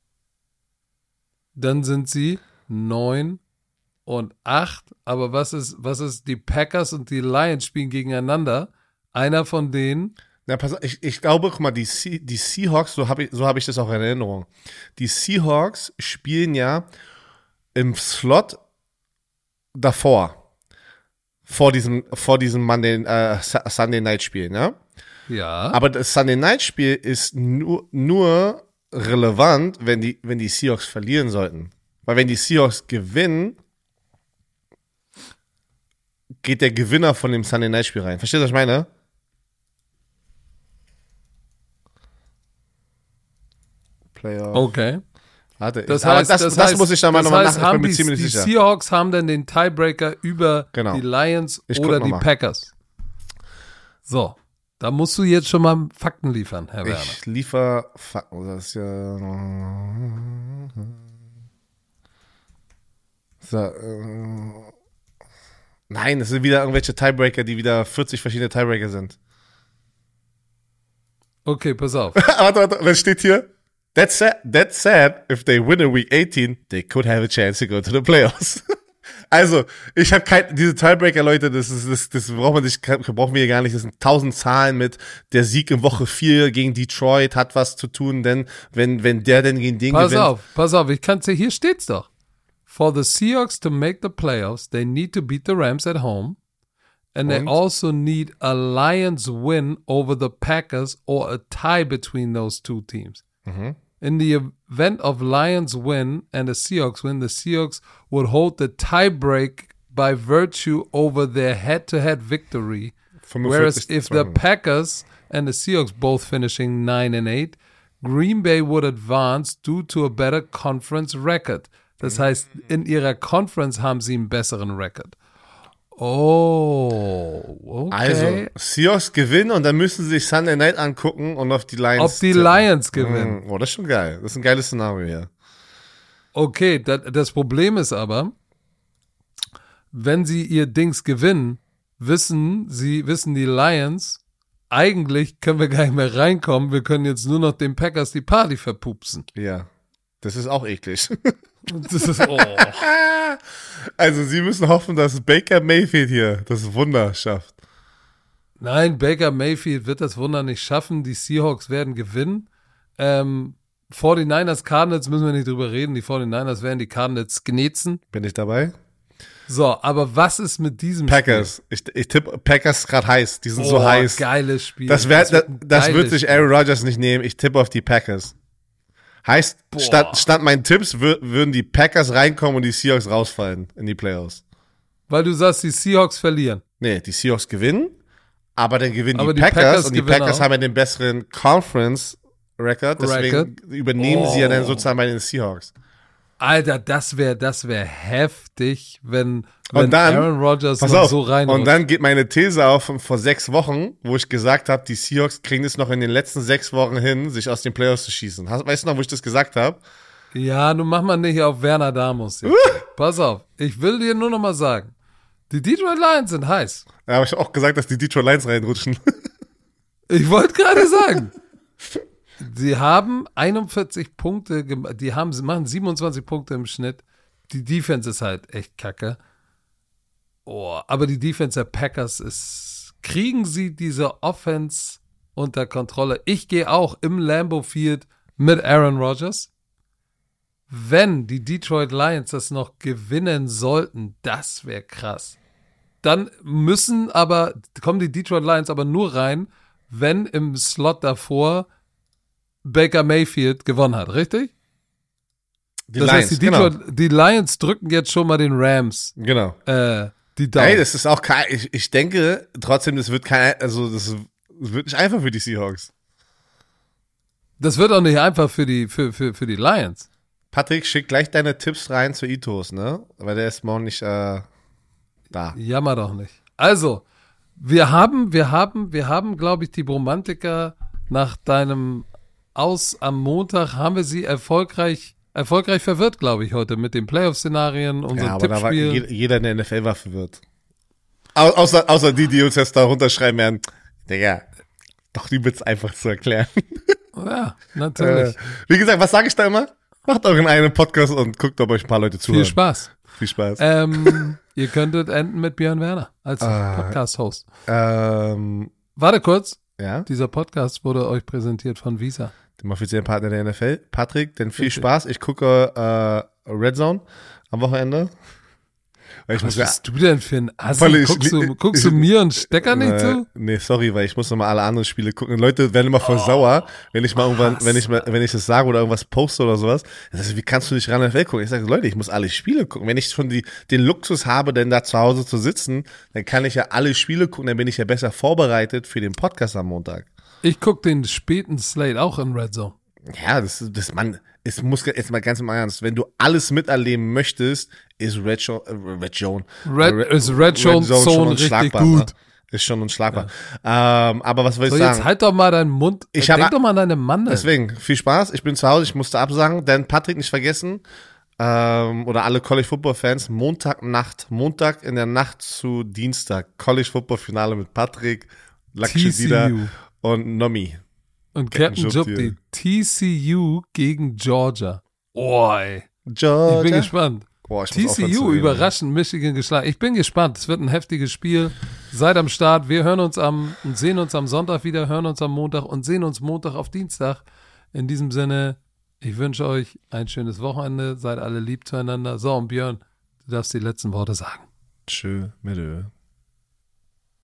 Dann sind sie neun und acht. Aber was ist, was ist, die Packers und die Lions spielen gegeneinander. Einer von denen. Na, pass auf, ich, ich glaube, guck mal, die, Se- die Seahawks, so habe ich, so hab ich das auch in Erinnerung. Die Seahawks spielen ja im Slot davor. Vor diesem, vor diesem Monday, äh, Sunday Night Spiel, ne? Ja. Aber das Sunday Night Spiel ist nur, nur relevant, wenn die, wenn die Seahawks verlieren sollten. Weil wenn die Seahawks gewinnen, geht der Gewinner von dem Sunday Night Spiel rein. Verstehst du, was ich meine? Playoff. Okay. Warte, Das aber heißt, das, das, das heißt, muss ich dann mal das nochmal heißt, nach. Ich bin mir die, ziemlich die sicher. Seahawks haben dann den Tiebreaker über Genau. die Lions Ich guck oder noch die mal. Packers. So, Da musst du jetzt schon mal Fakten liefern, Herr Werner. Ich liefer Fakten. Das ist ja. So, äh, nein, es sind wieder irgendwelche Tiebreaker, die wieder vierzig verschiedene Tiebreaker sind. Okay, pass auf. warte, warte, was steht hier? That's sad, that's sad. If they win in Week eighteen, they could have a chance to go to the playoffs. Also, ich habe kein, diese Tiebreaker, Leute, das ist, das, das braucht man sich, brauchen wir hier gar nicht. Das sind tausend Zahlen mit, der Sieg in Woche vier gegen Detroit hat was zu tun, denn, wenn, wenn der denn gegen den Pass gewinnt. auf, pass auf, ich kann's dir, hier steht's doch. For the Seahawks to make the playoffs, they need to beat the Rams at home. And they Und? also need a Lions win over the Packers or a tie between those two teams. Mhm. In the event of Lions win and the Seahawks win, the Seahawks would hold the tiebreak by virtue over their head-to-head victory. Whereas if the Packers and the Seahawks both finishing nine and eight, Green Bay would advance due to a better conference record. Das heißt, in ihrer Conference haben sie einen besseren Record. Oh, okay. Also, Seahawks gewinnen und dann müssen sie sich Sunday Night angucken und auf die Lions Ob die tippen. Lions gewinnen. Oh, das ist schon geil. Das ist ein geiles Szenario hier. Okay, das, das Problem ist aber, wenn sie ihr Dings gewinnen, wissen sie, wissen die Lions, eigentlich können wir gar nicht mehr reinkommen, wir können jetzt nur noch den Packers die Party verpupsen. Ja, das ist auch eklig. Das ist, oh. Also sie müssen hoffen, dass Baker Mayfield hier das Wunder schafft. Nein, Baker Mayfield wird das Wunder nicht schaffen, die Seahawks werden gewinnen. Ähm, forty-niners, Cardinals müssen wir nicht drüber reden, die forty-niners werden die Cardinals gnetzen. Bin ich dabei? So, aber was ist mit diesem Packers. Ich, ich tippe, Packers ist gerade heiß. Die sind Spiel? so Oh, heiß. Geiles Spiel. Das, wär, das, wird ein das geiles wird sich Aaron Rodgers nicht nehmen. Ich tippe auf die Packers. Heißt, statt, statt meinen Tipps wür, würden die Packers reinkommen und die Seahawks rausfallen in die Playoffs. Weil du sagst, die Seahawks verlieren. Nee, die Seahawks gewinnen, aber dann gewinnen Aber die, die Packers, Packers und die gewinnen Packers auch. haben ja den besseren Conference-Record, deswegen Record. übernehmen Oh. sie ja dann sozusagen bei den Seahawks. Alter, das wäre das wär heftig, wenn, wenn Und dann, Aaron Rodgers pass noch auf, so rein und dann geht meine These auf von vor sechs Wochen, wo ich gesagt habe, die Seahawks kriegen es noch in den letzten sechs Wochen hin, sich aus den Playoffs zu schießen. Hast, weißt du noch, wo ich das gesagt habe? Ja, nun mach mal nicht auf Werner Damus jetzt. Pass auf, ich will dir nur noch mal sagen, die Detroit Lions sind heiß. Ja, aber ich habe auch gesagt, dass die Detroit Lions reinrutschen. Ich wollte gerade sagen, sie haben einundvierzig Punkte, gem- die haben, sie machen siebenundzwanzig Punkte im Schnitt. Die Defense ist halt echt kacke. Oh, aber die Defense der Packers ist, kriegen sie diese Offense unter Kontrolle? Ich gehe auch im Lambeau Field mit Aaron Rodgers. Wenn die Detroit Lions das noch gewinnen sollten, das wäre krass. Dann müssen aber, kommen die Detroit Lions aber nur rein, wenn im Slot davor Baker Mayfield gewonnen hat, richtig? Die das Lions, heißt, die, Detroit, genau. die Lions drücken jetzt schon mal den Rams genau. äh, die Daumen. Hey, das ist auch kein, ich, ich denke trotzdem, das wird kein, also das wird nicht einfach für die Seahawks. Das wird auch nicht einfach für die, für, für, für die Lions. Patrick, schick gleich deine Tipps rein zu Itos, ne? Weil der ist morgen nicht äh, da. Jammer doch nicht. Also, wir haben, wir haben, wir haben, glaube ich, die Bromantiker nach deinem Aus am Montag, haben wir sie erfolgreich, erfolgreich verwirrt, glaube ich, heute mit den Playoff-Szenarien, unseren Ja, aber da war Tippspiel. jeder in der N F L war verwirrt. Au, außer, außer die, die uns jetzt da runterschreiben werden. Digga, doch übelst einfach zu erklären. Ja, natürlich. Äh, wie gesagt, was sage ich da immer? Macht euren eigenen Podcast und guckt, ob euch ein paar Leute zuhören. Viel Spaß. Viel Spaß. Ähm, ihr könntet enden mit Björn Werner als Ah. Podcast-Host. Ähm, Warte kurz. ja, Dieser Podcast wurde euch präsentiert von Visa. dem offiziellen Partner der N F L. Patrick, denn viel Richtig. Spaß. Ich gucke äh, Red Zone am Wochenende. Weil ich Was muss ja, bist du denn für ein Assi? Weil ich- Guckst, du, ich- guckst du mir einen Stecker nicht äh, zu? nee, sorry, weil ich muss nochmal alle anderen Spiele gucken. Leute werden immer voll sauer, wenn ich mal irgendwann, wenn ich mal, wenn ich das sage oder irgendwas poste oder sowas. Das heißt, wie kannst du nicht ran N F L gucken? Ich sage, Leute, ich muss alle Spiele gucken. Wenn ich schon die, den Luxus habe, denn da zu Hause zu sitzen, dann kann ich ja alle Spiele gucken, dann bin ich ja besser vorbereitet für den Podcast am Montag. Ich guck den späten Slate auch in Red Zone. Ja, das, das, man, es muss jetzt mal ganz im Ernst, wenn du alles miterleben möchtest, ist Red Zone, äh, Red Zone, Red, ist Red Zone, Zone richtig unschlagbar, gut. Ne? Ist schon unschlagbar. Ja. Ähm, aber was will so, ich sagen? Jetzt halt doch mal deinen Mund. Ich Denk hab, doch mal an deine Mann. Deswegen, viel Spaß. Ich bin zu Hause, ich musste absagen. Denn Patrick, nicht vergessen, ähm, oder alle College-Football-Fans, Montagnacht, Montag in der Nacht zu Dienstag, College-Football-Finale mit Patrick, Lakshidida und Nomi. Und Captain Jupti. T C U gegen Georgia. Oh, ey. Georgia. Ich bin gespannt. Boah, ich T C U überraschend Michigan geschlagen. Ich bin gespannt. Es wird ein heftiges Spiel. Seid am Start. Wir hören uns am und sehen uns am Sonntag wieder, hören uns am Montag und sehen uns Montag auf Dienstag. In diesem Sinne, ich wünsche euch ein schönes Wochenende. Seid alle lieb zueinander. So, und Björn, du darfst die letzten Worte sagen. Tschö, mit Ö.